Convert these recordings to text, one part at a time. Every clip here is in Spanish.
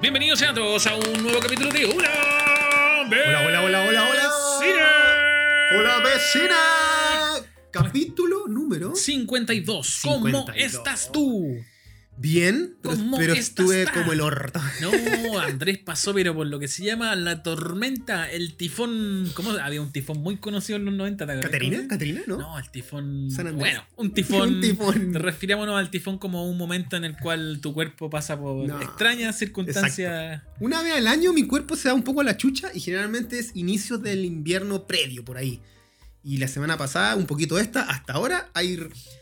Bienvenidos sean todos a un nuevo capítulo de Hola Hola, Vecina. Vecina. Capítulo número 52. ¿Cómo 52. estás tú? Bien, ¿Cómo pero estás? estuve como el orto. No, Andrés pasó, pero por lo que se llama la tormenta, el tifón. ¿Cómo? Había un tifón muy conocido en los 90. ¿te acuerdas? ¿Caterina? ¿No? No, el tifón. San Andrés. Bueno, un tifón. Un tifón. Refirámonos al tifón como un momento en el cual tu cuerpo pasa por extrañas circunstancias. Una vez al año mi cuerpo se da un poco a la chucha y generalmente es inicios del invierno previo, por ahí. Y la semana pasada, un poquito hasta ahora, hay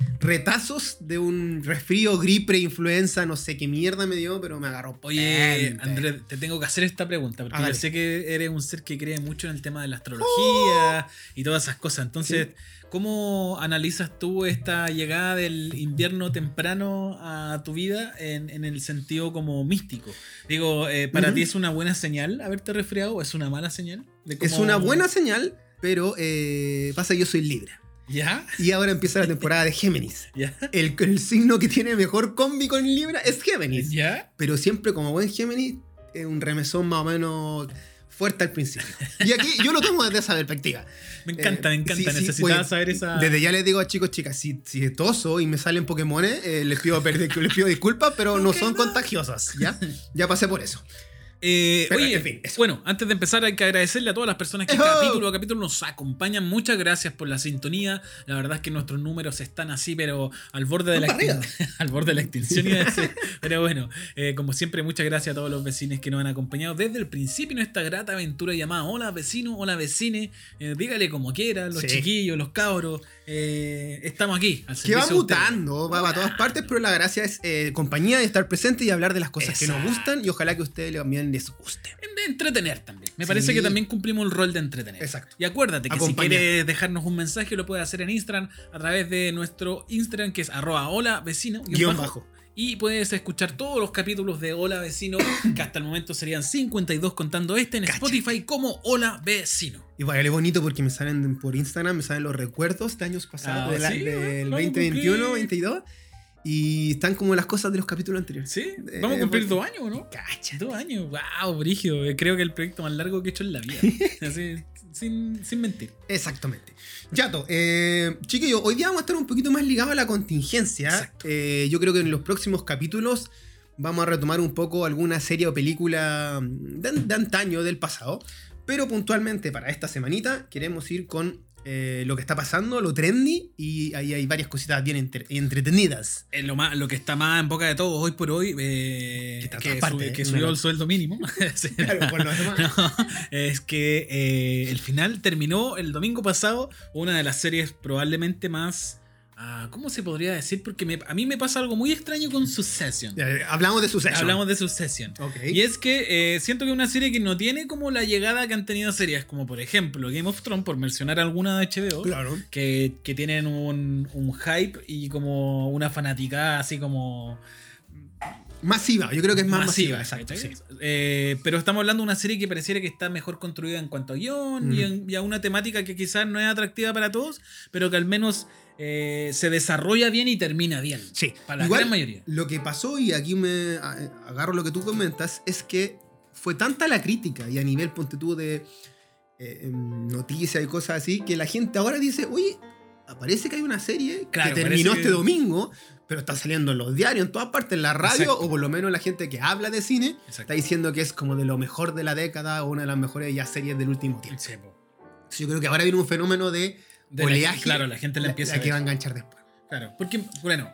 retazos de un resfrío, gripe, influenza, no sé qué mierda me dio, pero me agarró. Oye, Andrés, te tengo que hacer esta pregunta, porque yo sé que eres un ser que cree mucho en el tema de la astrología y todas esas cosas. Entonces, ¿cómo analizas tú esta llegada del invierno temprano a tu vida en el sentido como místico? Digo, ¿para ti es una buena señal haberte resfriado o es una mala señal? Es una buena señal, pero pasa que yo soy Libra. ¿Ya? Y ahora empieza la temporada de Géminis. ¿Ya? El signo que tiene mejor combi con Libra es Géminis. ¿Ya? Pero siempre como buen Géminis, es un remesón más o menos fuerte al principio. Y aquí yo lo tomo desde esa perspectiva. Me encanta. Sí, Necesitaba saber esa... Desde ya les digo a chicos, chicas, si toso y me salen Pokémones, les pido disculpas, pero no son contagiosas. Ya pasé por eso. Pero, oye, en fin, eso. bueno, antes de empezar hay que agradecerle a todas las personas que capítulo a capítulo nos acompañan. Muchas gracias por la sintonía. La verdad es que nuestros números están así, pero al borde de al borde de la extinción. Pero bueno, como siempre, muchas gracias a todos los vecinos que nos han acompañado desde el principio en esta grata aventura llamada Hola Vecino, Hola Vecine. Dígale como quiera, los chiquillos, los cabros. Estamos aquí. Que va mutando, va a todas partes, pero la gracia es compañía y estar presente y hablar de las cosas que nos gustan y ojalá que a ustedes también les guste. De entretener también. Me parece que también cumplimos el rol de entretener. Exacto. Y acuérdate que Acompañar. si quieres dejarnos un mensaje lo puedes hacer en Instagram a través de nuestro Instagram que es @holavecino_ bajo. Y puedes escuchar todos los capítulos de Hola Vecino, que hasta el momento serían 52 contando en Spotify como Hola Vecino. Y vale, es bonito porque me salen por Instagram, me salen los recuerdos de años pasados, del 2021, 22. Y están como las cosas de los capítulos anteriores. Sí, vamos a cumplir 2 años, ¿no? Cacha. 2 años, wow, brígido. Creo que el proyecto más largo que he hecho en la vida. Así, sin mentir. Exactamente. Yato, chiquillos, hoy día vamos a estar un poquito más ligados a la contingencia. Yo creo que en los próximos capítulos vamos a retomar un poco alguna serie o película de antaño, del pasado. Pero puntualmente para esta semanita queremos ir con lo que está pasando, lo trendy, y ahí hay varias cositas bien entretenidas. Lo que está más en boca de todos hoy por hoy, que subió el sueldo mínimo. Sí, claro, por lo demás. No, es que el final terminó el domingo pasado, una de las series probablemente más... ¿cómo se podría decir? Porque a mí me pasa algo muy extraño con Succession. Hablamos de Succession. Okay. Y es que siento que es una serie que no tiene como la llegada que han tenido series como por ejemplo Game of Thrones, por mencionar alguna de HBO, claro, que tienen un hype y como una fanaticada así como... masiva, yo creo que es más masiva, exacto. Sí. Pero estamos hablando de una serie que pareciera que está mejor construida en cuanto a guión y a una temática que quizás no es atractiva para todos, pero que al menos se desarrolla bien y termina bien. Sí, para la gran mayoría. Lo que pasó, y aquí me agarro lo que tú comentas, es que fue tanta la crítica y a nivel, ponte tú, de noticias y cosas así, que la gente ahora dice, oye, parece que hay una serie que terminó este domingo, pero está saliendo en los diarios, en todas partes, en la radio. Exacto. O por lo menos la gente que habla de cine. Exacto. Está diciendo que es como de lo mejor de la década o una de las mejores ya series del último tiempo. Sí, yo creo que ahora viene un fenómeno de oleaje. Claro, la gente la empieza a ver. Que va a enganchar después. Claro, porque, bueno,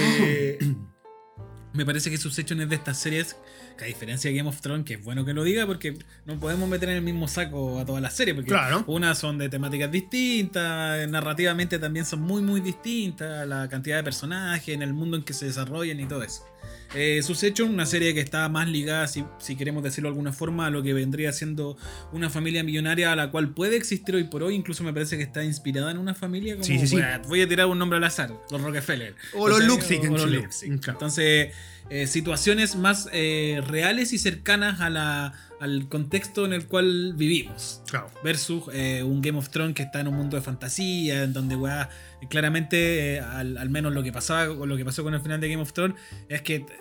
me parece que Succession es de estas series que, a diferencia de Game of Thrones, que es bueno que lo diga porque no podemos meter en el mismo saco a todas las series, porque unas son de temáticas distintas, narrativamente también son muy muy distintas, la cantidad de personajes, en el mundo en que se desarrollan y todo eso. Succession, una serie que está más ligada, si queremos decirlo de alguna forma, a lo que vendría siendo una familia millonaria a la cual puede existir hoy por hoy. Incluso me parece que está inspirada en una familia como, voy a tirar un nombre al azar, los Rockefeller o los Luxic en Chile. Entonces situaciones más reales y cercanas al contexto en el cual vivimos, versus un Game of Thrones que está en un mundo de fantasía, en donde claramente al menos lo que pasó con el final de Game of Thrones es que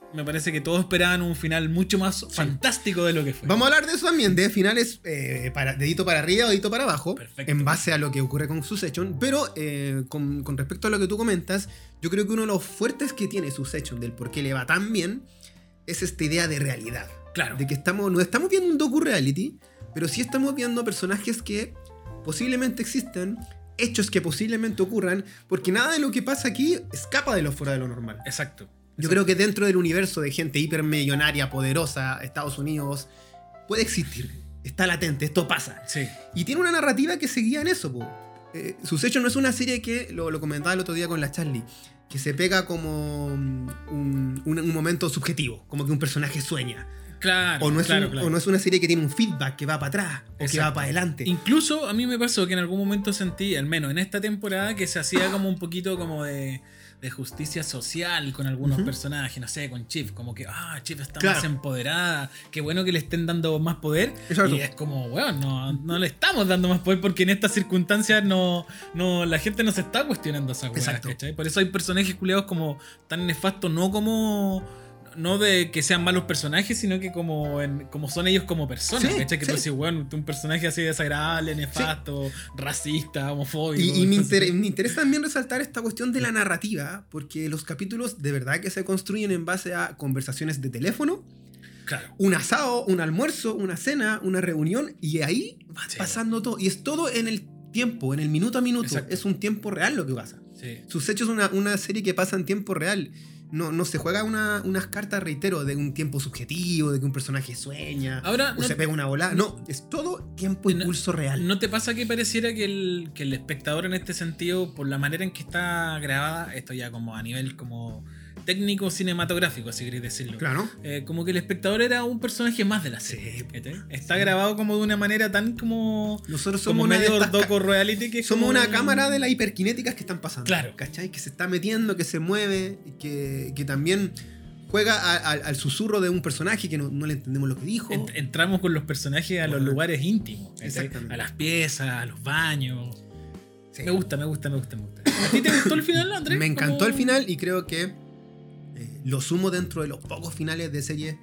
me parece que todos esperaban un final mucho más fantástico de lo que fue. Vamos a hablar de eso también, de finales dedito para arriba o dedito para abajo, Perfecto. En base a lo que ocurre con Succession. Pero con respecto a lo que tú comentas, yo creo que uno de los fuertes que tiene Succession, del por qué le va tan bien, es esta idea de realidad. Claro. De que no estamos viendo un docu-reality, pero sí estamos viendo personajes que posiblemente existen, hechos que posiblemente ocurran, porque nada de lo que pasa aquí escapa de lo fuera de lo normal. Exacto. Yo creo que dentro del universo de gente hipermillonaria, poderosa, Estados Unidos, puede existir. Está latente, esto pasa. Sí. Y tiene una narrativa que se guía en eso, po. Succession no es una serie que, lo comentaba el otro día con la Charlie, que se pega como un momento subjetivo, como que un personaje sueña. Claro, o no es claro. O no es una serie que tiene un feedback que va para atrás o que va para adelante. Incluso a mí me pasó que en algún momento sentí, al menos en esta temporada, que se hacía como un poquito como de justicia social con algunos personajes, no sé, con Chief, como que Chief está más empoderada, qué bueno que le estén dando más poder. Exacto. Y es como, bueno, no le estamos dando más poder porque en estas circunstancias no la gente no se está cuestionando esa weá, ¿cachai? Por eso hay personajes culiados como tan nefastos, no de que sean malos personajes, sino que como son ellos como personas, ¿cachai? Que tú decís, bueno, un personaje así desagradable, nefasto, racista, homofóbico. Y me interesa también resaltar esta cuestión de la narrativa, porque los capítulos de verdad que se construyen en base a conversaciones de teléfono, un asado, un almuerzo, una cena, una reunión, y ahí va pasando todo. Y es todo en el tiempo, en el minuto a minuto. Exacto. Es un tiempo real lo que pasa. Sí. Succession es una serie que pasa en tiempo real. No se juega unas cartas, reitero, de un tiempo subjetivo, de que un personaje sueña o se pega una bola. No, es todo tiempo y pulso real. ¿No te pasa que pareciera que el espectador en este sentido, por la manera en que está grabada, esto ya como a nivel como técnico cinematográfico, si queréis decirlo, claro, como que el espectador era un personaje más de la serie, está grabado como de una manera tan como nosotros somos como medio docu-reality, que somos una cámara de las hiperkinéticas que están pasando, claro, ¿cachai? Que se está metiendo, que se mueve, que también juega al susurro de un personaje que no le entendemos lo que dijo. Entramos con los personajes a los lugares íntimos, exactamente, a las piezas, a los baños. Sí. Me gusta. ¿A ti te gustó el final, Andrés? Me encantó el final y creo que lo sumo dentro de los pocos finales de serie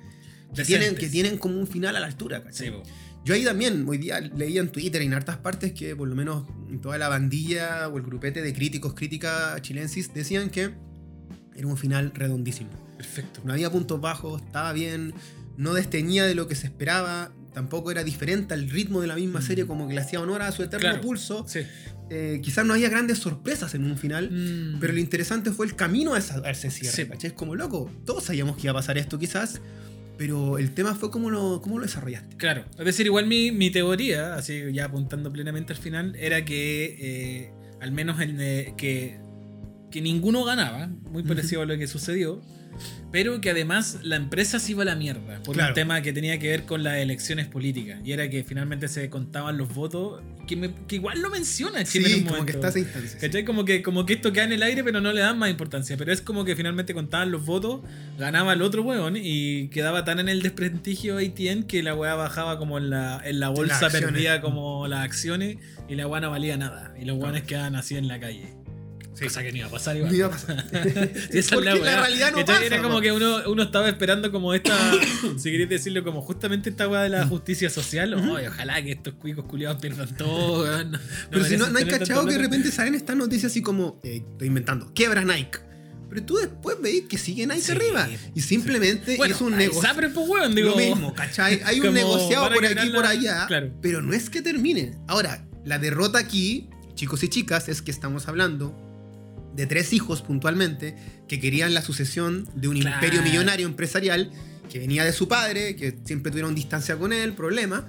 que tienen como un final a la altura, ¿cachai? Sí, yo ahí también, hoy día leía en Twitter y en hartas partes que por lo menos toda la bandilla o el grupete de críticas chilensis decían que era un final redondísimo. Perfecto. No había puntos bajos, estaba bien, no desteñía de lo que se esperaba, tampoco era diferente al ritmo de la misma serie, como que le hacía honor a su eterno pulso. Sí. Quizás no había grandes sorpresas en un final, pero lo interesante fue el camino a ese cierre. Sí. ¿Cachai? Es como, loco, todos sabíamos que iba a pasar esto quizás, pero el tema fue cómo lo desarrollaste. Claro, es decir, igual mi teoría, así ya apuntando plenamente al final, era que al menos que ninguno ganaba, muy parecido a lo que sucedió, pero que además la empresa se iba a la mierda por un tema que tenía que ver con las elecciones políticas, y era que finalmente se contaban los votos, que igual lo menciona Chile en un como momento, que está esa instancia, ¿cachai? Como que esto queda en el aire pero no le dan más importancia, pero es como que finalmente contaban los votos, ganaba el otro weón y quedaba tan en el desprestigio AT&T que la weá bajaba como en la bolsa, perdía como las acciones y la weá no valía nada y los weones quedaban así en la calle. Sí. Cosa que no iba a pasar igual. No iba a pasar. Sí, esa porque es la realidad no pasa. Era como que uno estaba esperando como esta, si queréis decirlo, como justamente esta weá de la justicia social. Ojalá que estos cuicos culiados pierdan todo. Pero si no hay cachado que de repente salen estas noticias así como, estoy inventando, quiebra Nike. Pero tú después veis que sigue Nike arriba. Y simplemente es un negocio. Lo mismo, ¿cachai? Hay un negociado por aquí y por allá. Claro. Pero no es que termine. Ahora, la derrota aquí, chicos y chicas, es que estamos hablando de 3 hijos puntualmente que querían la sucesión de un imperio millonario empresarial que venía de su padre, que siempre tuvieron distancia con él, problema.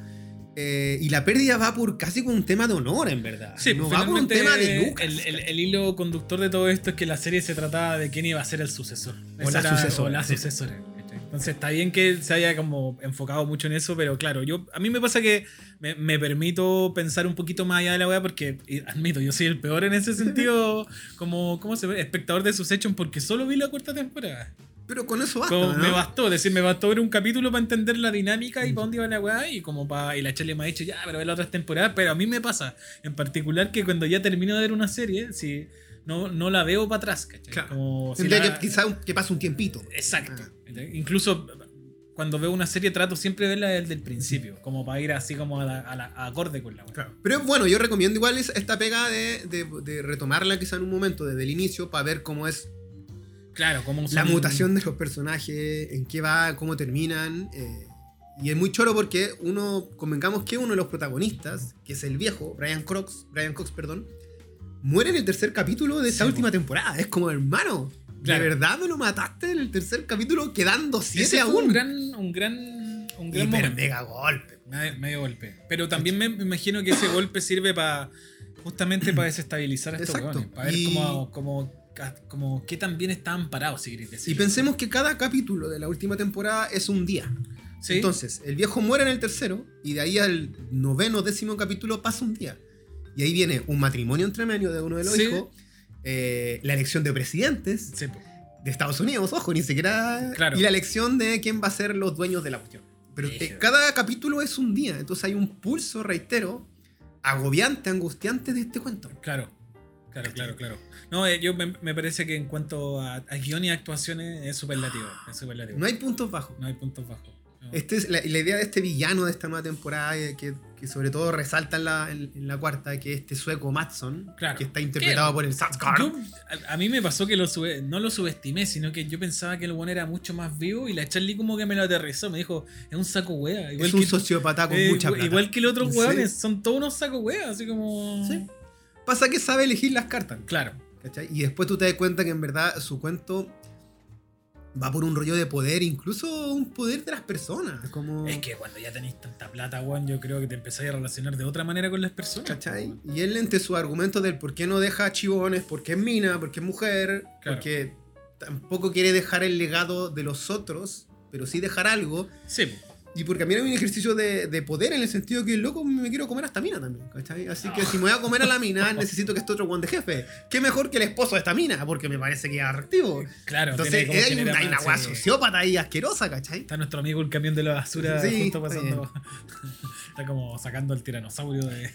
Y la pérdida va por casi con un tema de honor, en verdad. Sí, no va por un tema de lucas. El hilo conductor de todo esto es que la serie se trataba de quién iba a ser el sucesor. O la sucesora. Entonces está bien que se haya como enfocado mucho en eso, pero claro, a mí me pasa que me permito pensar un poquito más allá de la weá porque, admito, yo soy el peor en ese sentido como, ¿cómo se ve? Espectador de Succession porque solo vi la 4ª temporada. Pero con eso basta, ¿no? Me bastó ver un capítulo para entender la dinámica y para dónde iba la weá y la Charlie me ha dicho, ya, pero ve las otras temporadas, pero a mí me pasa en particular que cuando ya termino de ver una serie, si no la veo para atrás, ¿cachai? Claro. Como tendría que quizás que pase un tiempito. Exacto. Incluso cuando veo una serie trato siempre de verla desde el principio, como para ir así como a acorde con la web. Claro. Pero bueno, yo recomiendo igual esta pega de retomarla quizá en un momento desde el inicio para ver cómo es cómo la mutación de los personajes, en qué va, cómo terminan. Y es muy choro porque convengamos que uno de los protagonistas, que es el viejo, Brian Cox, muere en el tercer capítulo de esta última temporada. Es como, hermano, ¿de verdad me lo mataste en el tercer capítulo quedando 7 a 1? Un gran mega golpe. Medio golpe. Pero también me imagino que ese golpe sirve justamente para desestabilizar a estos hueones. Para ver cómo qué tan bien estaban parados, si queréis decir. Y pensemos que cada capítulo de la última temporada es un día. ¿Sí? Entonces, el viejo muere en el tercero y de ahí al 9º, 10º capítulo pasa un día. Y ahí viene un matrimonio entre medio de uno de los hijos, la elección de presidentes de Estados Unidos, ojo, ni siquiera... Claro. Y la elección de quién va a ser los dueños de la cuestión. Pero cada capítulo es un día, entonces hay un pulso, reitero, agobiante, angustiante de este cuento. Claro. No, yo me parece que en cuanto a guión y actuaciones es superlativo. No hay puntos bajos. No. Esta es la idea de este villano de esta nueva temporada que sobre todo resalta en la cuarta, que es este sueco Mattsson, que está interpretado por el Skarsgård. A mí me pasó que no lo subestimé, sino que yo pensaba que el buen era mucho más vivo y la Charlie como que me lo aterrizó, me dijo, es un saco wea. Es un sociópata con mucha plata. Igual que los otros hueones, son todos unos sacos wea, así como... Sí. Pasa que sabe elegir las cartas. Claro. ¿Cachai? Y después tú te das cuenta que en verdad su cuento va por un rollo de poder, incluso un poder de las personas. Como... Es que cuando ya tenéis tanta plata, weón, yo creo que te empezáis a relacionar de otra manera con las personas. ¿Cachai? Y él, entre sus argumentos del por qué no deja chivones, porque es mina, porque es mujer, porque tampoco quiere dejar el legado de los otros, pero sí dejar algo. Sí. Y porque a mí era un ejercicio de poder en el sentido que, loco, me quiero comer a esta mina también, ¿cachai? Así que si me voy a comer a la mina, necesito que este otro guante jefe. ¿Qué mejor que el esposo de esta mina? Porque me parece que es atractivo. Claro. Entonces hay una guay sociópata ahí asquerosa, ¿cachai? Está nuestro amigo el camión de la basura justo pasando. Está como sacando el tiranosaurio de...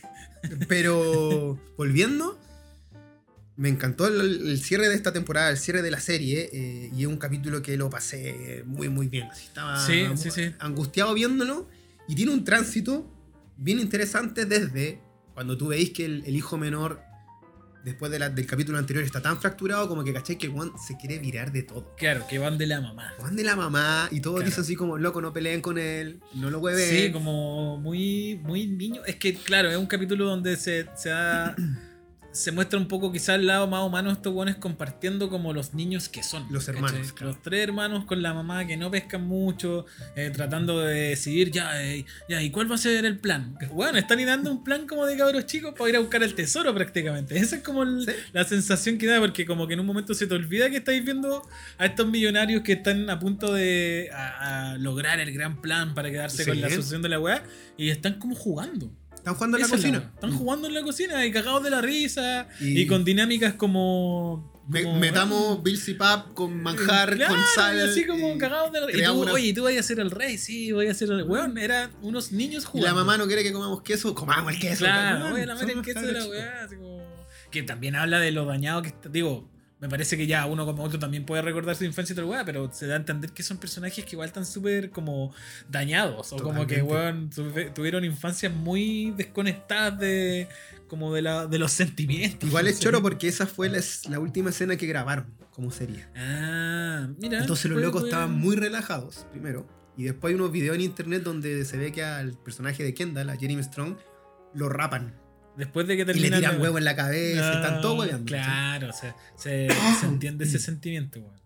Pero, volviendo... Me encantó el cierre de esta temporada, el cierre de la serie, y es un capítulo que lo pasé muy, muy bien. Estaba angustiado viéndolo, y tiene un tránsito bien interesante desde cuando tú veis que el hijo menor, después del capítulo anterior, está tan fracturado como que caché que Juan se quiere virar de todo. Claro, que van de la mamá. Y todos dicen así como, loco, no peleen con él, no lo hueven. Sí, como muy, muy niño. Es que, claro, es un capítulo donde se da... Se muestra un poco quizás el lado más humano de estos buenos compartiendo como los niños que son. Los hermanos. Claro. Los 3 hermanos con la mamá que no pescan mucho, tratando de decidir ¿y cuál va a ser el plan? Bueno, están dando un plan como de cabros chicos para ir a buscar el tesoro prácticamente. Esa es como la sensación que da, porque como que en un momento se te olvida que estáis viendo a estos millonarios que están a punto de a lograr el gran plan para quedarse con la asociación de la weá, y están como jugando. Están jugando en la cocina. Están jugando en la cocina y cagados de la risa y con dinámicas como metamos Bilsy Pap con manjar, con sal. Así como cagados de la risa. Oye, tú vas a ser el rey, sí, voy a ser el weón. Eran unos niños jugando. Y la mamá no quiere que comamos queso, comamos el queso. Claro, voy a meter el queso de la weá. Que también habla de lo dañado que está. Digo, me parece que ya uno como otro también puede recordar su infancia y todo, weá, pero se da a entender que son personajes que igual están súper como dañados. O totalmente. Como que weón tuvieron infancias muy desconectadas de los sentimientos. Igual es choro porque esa fue la última escena que grabaron como serie. Mira. Entonces los locos estaban muy relajados, primero. Y después hay unos videos en internet donde se ve que al personaje de Kendall, a Jeremy Strong, lo rapan. Después de que terminan. Y le tiran huevo en la cabeza, están todos hueveando. Claro, se entiende ese sentimiento, weón.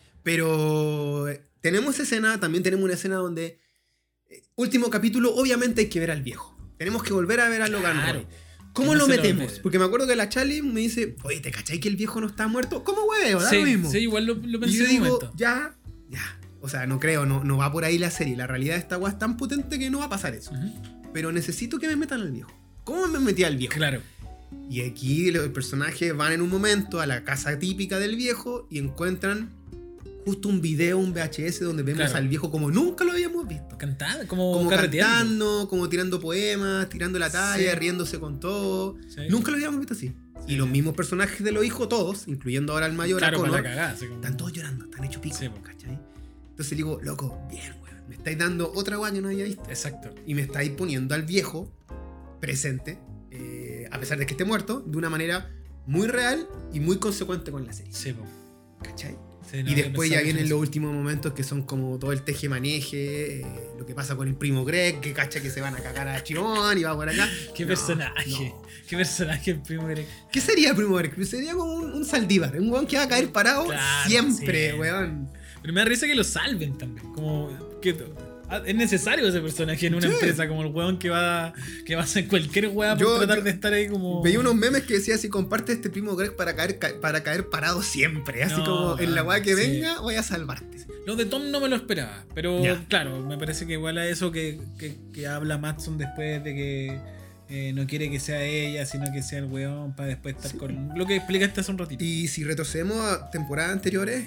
Pero tenemos esa escena, también tenemos una escena donde último capítulo, obviamente hay que ver al viejo. Tenemos que volver a ver a Logan Roy. ¿Cómo lo metemos? Porque me acuerdo que la Charlie me dice, oye, ¿te cachai que el viejo no está muerto? ¿Cómo hueveo? Da lo mismo. Sí, igual lo pensé. Y yo digo, ya. O sea, no creo, no va por ahí la serie. La realidad de esta weá es tan potente que no va a pasar eso. Pero necesito que me metan al viejo. ¿Cómo me metí al viejo? Claro. Y aquí los personajes van en un momento a la casa típica del viejo y encuentran justo un video, un VHS donde vemos al viejo como nunca lo habíamos visto. Cantando, como carreteando, como tirando poemas, tirando la talla, riéndose con todo. Sí. Nunca lo habíamos visto así. Sí. Y los mismos personajes de los hijos, todos, incluyendo ahora el mayor, claro, Connor, cagada, como... están todos llorando, están hechos pico, ¿cachai? Entonces digo, loco, bien, weón. Me estáis dando otra weá que no había visto. Exacto. Y me estáis poniendo al viejo presente, a pesar de que esté muerto, de una manera muy real y muy consecuente con la serie. Sí, po. ¿Cachai? Sí, no, y después ya vienen los últimos momentos que son como todo el teje-maneje, lo que pasa con el primo Greg, que cacha que se van a cagar a Chibón y va por acá. ¿Qué personaje? ¿Qué personaje el primo Greg? ¿Qué sería el primo Greg? Sería como un Saldívar, un weón que va a caer parado siempre, weón. Pero me da risa que lo salven también. Como que es necesario ese personaje en una empresa, como el weón que va a hacer cualquier weá por tratar de estar ahí como. Veía unos memes que decía si comparte este primo Greg para caer parado siempre. Así como en la weá que venga, voy a salvarte. Lo de Tom no me lo esperaba. Pero claro, me parece que igual a eso que habla Mattson después de que no quiere que sea ella, sino que sea el weón para después estar con lo que explicaste hace un ratito. Y si retrocedemos a temporadas anteriores,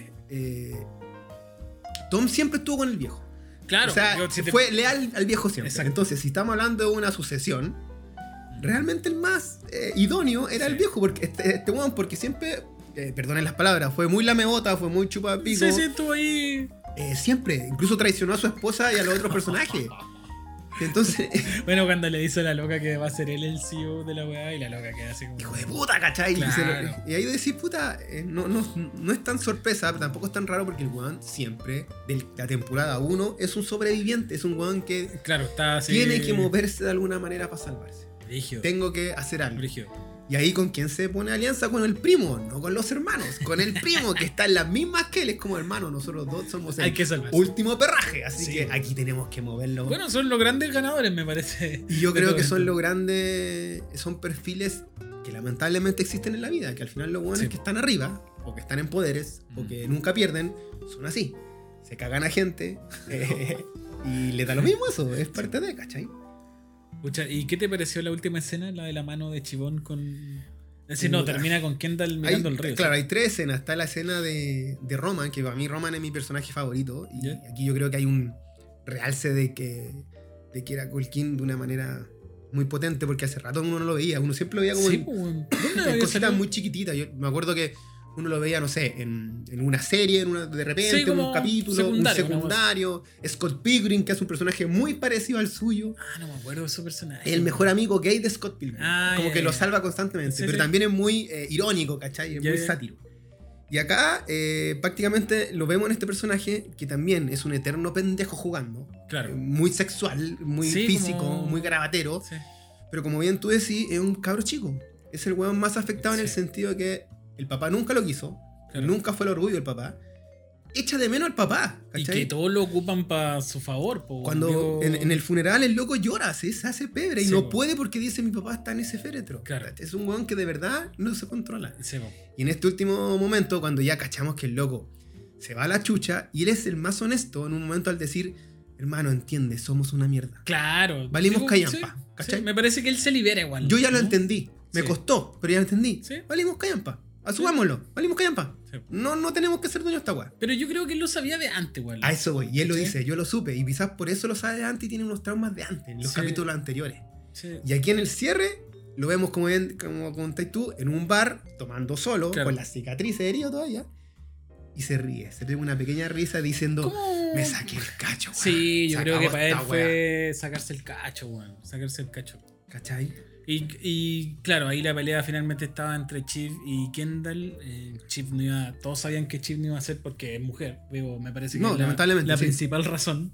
Tom siempre estuvo con el viejo. Claro, o sea, fue leal al viejo siempre. Exacto. Entonces, si estamos hablando de una sucesión, realmente el más idóneo era el viejo, porque este weón, porque siempre, perdonen las palabras, fue muy lamebota, fue muy chupapico. Sí, estuvo ahí. Siempre, incluso traicionó a su esposa y a los otros personajes. Entonces. Bueno, cuando le dice a la loca que va a ser él el CEO de la weá, y la loca queda así como. Hijo de puta, ¿cachai? Claro. Y ahí decís, puta, no es tan sorpresa, pero tampoco es tan raro porque el weón siempre, de la temporada 1, es un sobreviviente, es un weón que está así. Tiene que moverse de alguna manera para salvarse. Rígido. Tengo que hacer algo. Rígido. Y ahí con quién se pone alianza, con el primo, no con los hermanos, con el primo que está en las mismas que él, es como hermano, nosotros dos somos el último perraje, así que aquí tenemos que moverlo. Bueno, son los grandes ganadores, me parece. Y yo creo que son los grandes, son perfiles que lamentablemente existen en la vida, que al final los buenos que están arriba, o que están en poderes, o que nunca pierden, son así. Se cagan a gente y le da lo mismo eso, es parte de, ¿cachai? Pucha, ¿y qué te pareció la última escena? La de la mano de Chibón con. Es decir, termina con Kendall mirando el río. Claro, hay 3 escenas. Está la escena de Roman, que para mí Roman es mi personaje favorito. Y aquí yo creo que hay un realce de que era Culkin de una manera muy potente, porque hace rato uno no lo veía. Uno siempre lo veía como en cositas muy chiquititas. Yo me acuerdo que uno lo veía, no sé, en una serie, de repente, en un capítulo, un secundario. Scott Pilgrim, que es un personaje muy parecido al suyo. No me acuerdo de su personaje. El mejor amigo gay de Scott Pilgrim. Como que lo salva constantemente. Pero también es muy irónico, ¿cachai? Es muy sátiro. Y acá prácticamente lo vemos en este personaje que también es un eterno pendejo jugando. Claro. Muy sexual, muy físico, muy garabatero. Sí. Pero como bien tú decís, es un cabro chico. Es el weón más afectado en el sentido de que el papá nunca lo quiso, nunca fue el orgullo del papá. Echa de menos al papá, ¿cachai? Y que todos lo ocupan para su favor. Cuando en el funeral el loco llora, se hace pebre y no puede porque dice mi papá está en ese féretro. Claro. Es un weón que de verdad no se controla. Sí, y en este último momento, cuando ya cachamos que el loco se va a la chucha, y él es el más honesto en un momento al decir, hermano, entiende, somos una mierda. Claro. Valimos callampa, ¿cachai? Me parece que él se libera igual. Yo ya lo entendí, me costó, pero ya lo entendí. ¿Sí? Valimos callampa. Asumámoslo, valimos callampa. Sí. No tenemos que ser dueños de esta weá. Pero yo creo que él lo sabía de antes, igual. A eso voy. Y él lo dice, yo lo supe. Y quizás por eso lo sabe de antes y tiene unos traumas de antes, en los capítulos anteriores. Sí. Y aquí en el cierre, lo vemos como contáis tú, en un bar, tomando solo, con las cicatrices heridas todavía. Y se ríe, se pega una pequeña risa diciendo, me saqué el cacho, weón. Sí, yo creo que para él fue sacarse el cacho, weón. Sacarse el cacho. ¿Cachai? Y claro, ahí la pelea finalmente estaba entre Chief y Kendall. Chief no iba, todos sabían que Chief no iba a ser porque es mujer. Digo, me parece que es la principal razón.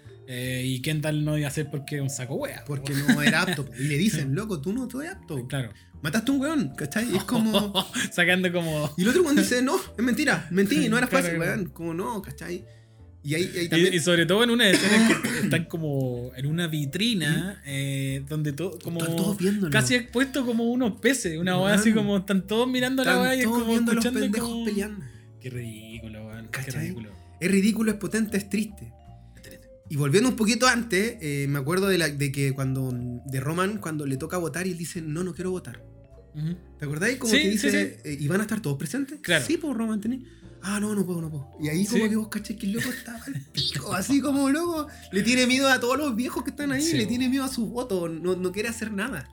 Y Kendall no iba a ser porque es un saco wea. Porque no era apto. Y le dicen, loco, tú no eres apto. Claro. Mataste a un weón, ¿cachai? Y es como. Sacando como. Y el otro weón dice, no, es mentira, mentí, no era fácil, weón. Como no, ¿cachai? Y ahí también... y sobre todo en una escena que están como en una vitrina donde todo como están todos viéndolo, casi expuesto como unos peces, una weá así como están todos mirando la weá y es como viendo escuchando los pendejos como... peleando. Qué ridículo, weón. Qué ridículo. Es ridículo, es potente, es triste. Y volviendo un poquito antes, me acuerdo de que de Roman, cuando le toca votar y él dice, no quiero votar. ¿Te acordáis? Como que dice, ¿y van a estar todos presentes? Claro. Sí, pues Roman tenés. No puedo. Y ahí como que vos caché que el loco estaba al pico, así como loco. Le tiene miedo a todos los viejos que están ahí, le tiene miedo a sus votos, no quiere hacer nada.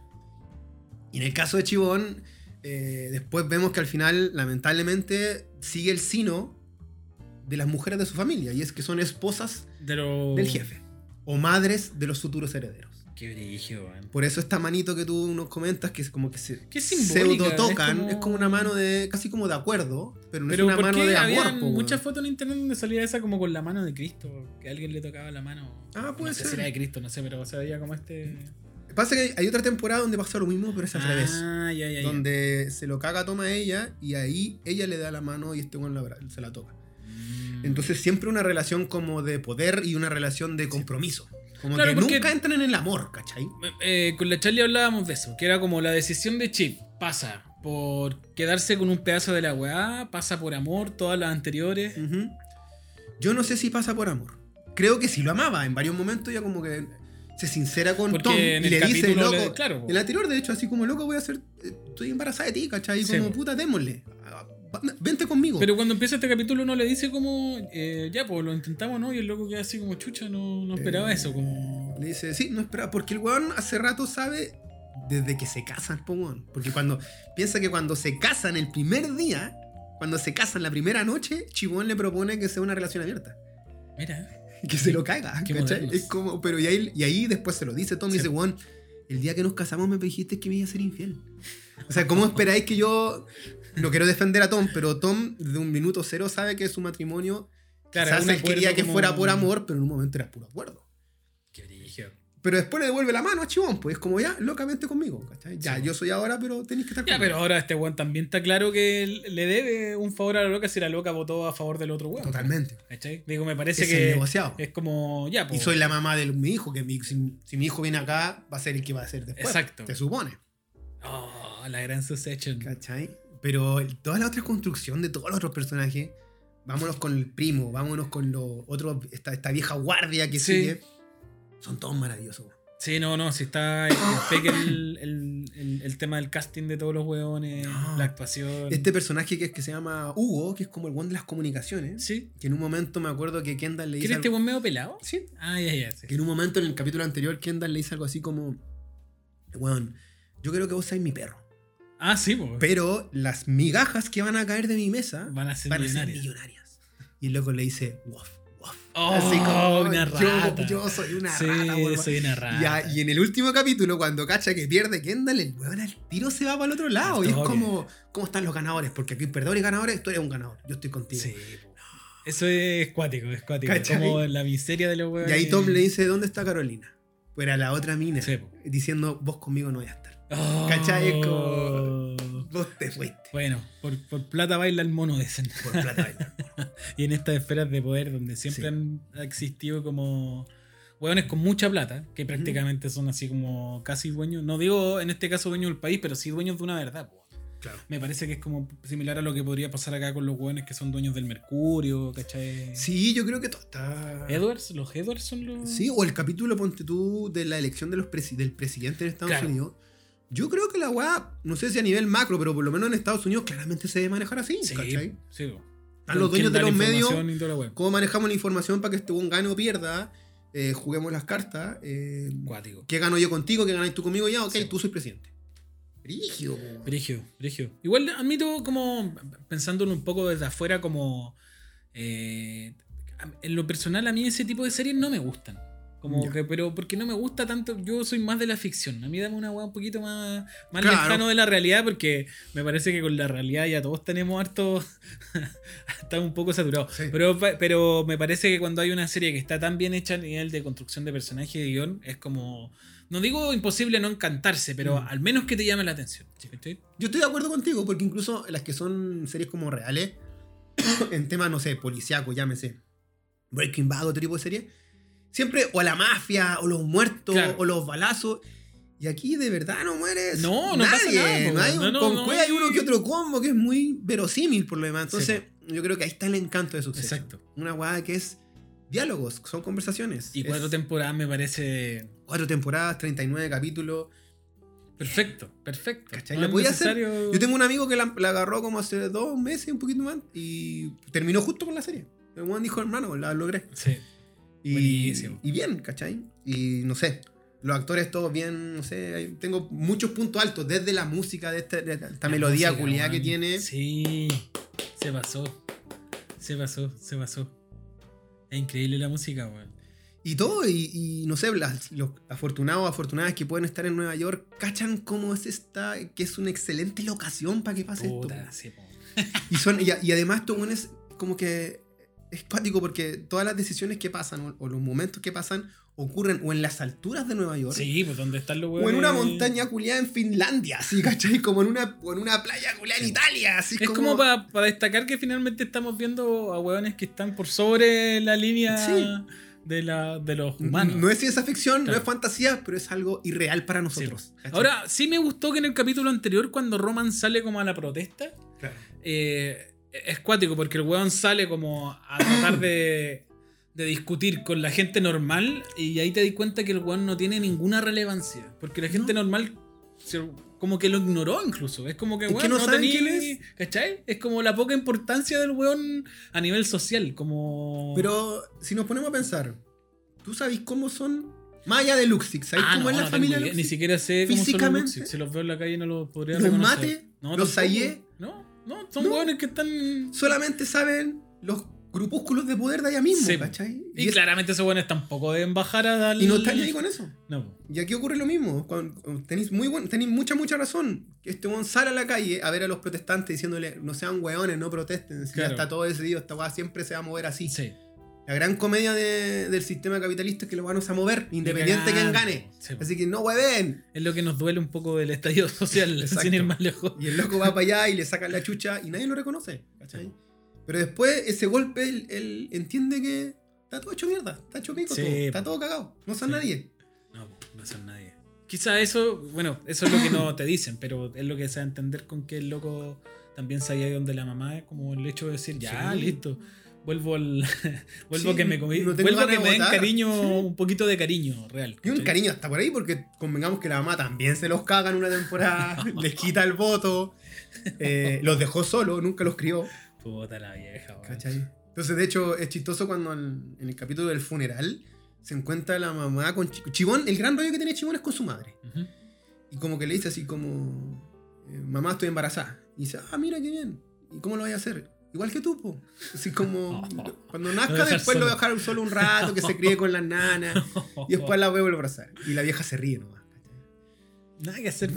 Y en el caso de Chibón, después vemos que al final, lamentablemente, sigue el sino de las mujeres de su familia, y es que son esposas del jefe o madres de los futuros herederos. Qué brillo, man. Por eso esta manito que tú nos comentas, que es como que se pseudo tocan, es como una mano de casi como de acuerdo, pero no es una mano de amor. Había muchas fotos en internet donde salía esa como con la mano de Cristo, que a alguien le tocaba la mano. Puede ser. Si era de Cristo, no sé, pero se veía como Pasa que hay otra temporada donde pasa lo mismo, pero es al revés. Ya. Donde se lo caga Tom a ella y ahí ella le da la mano y este weón se la toca. Entonces siempre una relación como de poder y una relación de compromiso. Como claro, que nunca entran en el amor, ¿cachai? Con la Charlie hablábamos de eso, que era como la decisión de Chip pasa por quedarse con un pedazo de la weá, pasa por amor, todas las anteriores. Yo no sé si pasa por amor. Creo que sí lo amaba. En varios momentos ya como que se sincera con Tom y le dice, loco, claro, el anterior de hecho, así como, loco, estoy embarazada de ti, ¿cachai? Como, puta, démosle. Vente conmigo. Pero cuando empieza este capítulo uno le dice como ya, pues lo intentamos, ¿no? Y el loco queda así como chucha, no esperaba eso. Como... Le dice, sí, no esperaba. Porque el weón hace rato sabe desde que se casan, po, weón. Porque piensa que cuando se casan el primer día, cuando se casan la primera noche, Chibón le propone que sea una relación abierta. Mira. Que se lo caga, ¿cachai? Es como, pero y ahí después se lo dice Tom y dice, weón, el día que nos casamos me dijiste que me iba a ser infiel. O sea, ¿cómo esperáis que yo... No quiero defender a Tom, pero Tom desde un minuto cero sabe que su matrimonio quizás él quería que fuera por amor, pero en un momento era puro acuerdo. Qué brillo. Pero después le devuelve la mano a Chibón, pues es como ya, locamente conmigo, ¿cachai? Ya, yo soy ahora, pero tenéis que estar conmigo. Ya, pero ahora este weón también está claro que le debe un favor a la loca si la loca votó a favor del otro weón. Totalmente. ¿Cachai? Digo, me parece que negociado. Es como, ya, pues. Y soy la mamá de mi hijo, que si mi hijo viene acá, va a ser el que va a ser después. Exacto. Se supone. Oh, la gran succession. ¿Cachai? Pero toda la otra construcción de todos los otros personajes, vámonos con el primo, vámonos con los otros, esta vieja guardia que sigue, son todos maravillosos. Sí, si está el tema del casting de todos los hueones, la actuación. Este personaje que se llama Hugo, que es como el hueón de las comunicaciones, sí. Que en un momento me acuerdo que Kendall le dice... ¿Quiere este hueón medio pelado? Sí. Sí. Que en un momento en el capítulo anterior Kendall le dice algo así como, hueón, yo creo que vos seáis mi perro. Sí, pues. Pero las migajas que van a caer de mi mesa van a ser millonarias. Y el loco le dice, woof. Así como una rata. Yo soy una rata, weón. Soy una rata. Y en el último capítulo, cuando cacha que pierde Kendall, el weón al tiro se va para el otro lado. Y es como, ¿cómo están los ganadores? Porque aquí hay perdedores y ganadores, tú eres un ganador. Yo estoy contigo. Sí. Eso es cuático. ¿Cachai? Como la miseria de los weones. Y ahí Tom le dice, ¿dónde está Carolina? Pues era la otra mina. Sí, diciendo, vos conmigo no voy a estar. ¿Cachai? Es como... Vos te fuiste. Bueno, por plata baila el mono ese. Por plata baila el mono. Y en estas esferas de poder donde siempre han existido como hueones con mucha plata, que prácticamente son así como casi dueños, no digo en este caso dueños del país, pero sí dueños de una verdad. Claro. Me parece que es como similar a lo que podría pasar acá con los hueones que son dueños del Mercurio, ¿cachai? Sí, yo creo que todo está... ¿Los Edwards son los...? Sí, o el capítulo, ponte tú, de la elección de del presidente de Estados Unidos. Yo creo que la weá, no sé si a nivel macro, pero por lo menos en Estados Unidos claramente se debe manejar así, ¿cachai? Sí. A los dueños de los medios, cómo manejamos la información para que este buen gane o pierda, juguemos las cartas, ¿qué gano yo contigo? ¿Qué ganas tú conmigo? Ya, ok, tú soy presidente. Brigio. Igual admito como, pensándolo un poco desde afuera, como en lo personal a mí ese tipo de series no me gustan. Pero porque no me gusta tanto, yo soy más de la ficción. A mí dame una weá un poquito más lejano de la realidad, porque me parece que con la realidad ya todos tenemos harto. Está un poco saturado. Sí. Pero me parece que cuando hay una serie que está tan bien hecha a nivel de construcción de personaje y de guión, es como. No digo imposible no encantarse, pero al menos que te llame la atención. ¿Sí? Yo estoy de acuerdo contigo, porque incluso las que son series como reales, en temas, no sé, policíaco, llámese Breaking Bad, otro tipo de serie. Siempre o la mafia, o los muertos, o los balazos. Y aquí de verdad no mueres no nadie. Pasa nada. Hay uno que otro combo que es muy verosímil por lo demás. Entonces, yo creo que ahí está el encanto de Succession. Exacto. Una guada que es diálogos, son conversaciones. Y 4 temporadas me parece... 4 temporadas, 39 capítulos. Perfecto. ¿Cachai? ¿La podía hacer? Yo tengo un amigo que la agarró como hace 2 meses, un poquito más, y terminó justo con la serie. El buen dijo, hermano, la logré. Sí. Y bien, ¿cachai? Y no sé, los actores todos bien, no sé, tengo muchos puntos altos, desde la música, de esta melodía culiada que tiene. Sí, se pasó. Se pasó. Es increíble la música, weón. Y todo, y no sé, los afortunados o afortunadas que pueden estar en Nueva York, cachan cómo es esta, que es una excelente locación para que pase Puta, esto. sí, po. Y además esto es como que es cuático porque todas las decisiones que pasan o los momentos que pasan ocurren o en las alturas de Nueva York. Sí, pues donde están los o huevos. en una montaña culiada en Finlandia, así, ¿cachai? Como en una playa culiada en Italia, así. Es como para destacar que finalmente estamos viendo a huevones que están por sobre la línea de los humanos. No es ciencia ficción, no es fantasía, pero es algo irreal para nosotros. Sí. Ahora, sí me gustó que en el capítulo anterior, cuando Roman sale como a la protesta, claro. Es cuático porque el huevón sale como a tratar de discutir con la gente normal y ahí te das cuenta que el huevón no tiene ninguna relevancia. Porque la gente normal como que lo ignoró incluso. Es como que es que no saben quién es. ¿Cachai? Es como la poca importancia del huevón a nivel social. Como... Pero si nos ponemos a pensar, ¿tú sabes cómo son? Más allá de Luxix, ¿sabes cómo es la familia Luxix? Ni siquiera sé cómo son los Luxix. Si los veo en la calle no los podría reconocer. ¿Los Mate? ¿Los Sayé? No, son huevones que están... Solamente saben los grupúsculos de poder de allá mismo, sí, ¿cachai? Y claramente esos huevones tampoco deben bajar al... Y no están ahí con eso. No. Y aquí ocurre lo mismo. Tenéis mucha razón. Este huevón sale a la calle a ver a los protestantes diciéndole no sean hueones, no protesten. Si ya está todo decidido, esta hueá siempre se va a mover así. Sí. La gran comedia del sistema capitalista es que lo van a mover, independiente de quién gane. Sí. Así que no hueven. Es lo que nos duele un poco del estallido social, sin ir más lejos. Y el loco va para allá y le sacan la chucha y nadie lo reconoce, ¿cachai? Pero después, ese golpe, él entiende que está todo hecho mierda, está hecho pico, todo, está todo cagado. No son nadie. No son nadie. Quizá eso es lo que no te dicen, pero es lo que se va a entender con que el loco también sabía de dónde la mamá es, como el hecho de decir, ya, listo. Vuelvo que me comí. Vuelvo que me den cariño, un poquito de cariño real. Y un cariño hasta por ahí, porque convengamos que la mamá también se los caga en una temporada, les quita el voto, los dejó solos, nunca los crió. Puta la vieja, ¿cachai? Entonces, de hecho, es chistoso cuando en el capítulo del funeral se encuentra la mamá con Chibón. El gran rollo que tiene Chibón es con su madre. Uh-huh. Y como que le dice así como, mamá, estoy embarazada. Y dice, mira qué bien. ¿Y cómo lo voy a hacer? Igual que tú, po. Así como cuando nazca después lo voy a dejar solo un rato, que se críe con las nanas y después la voy a abrazar. Y la vieja se ríe nomás. Nada que hacer.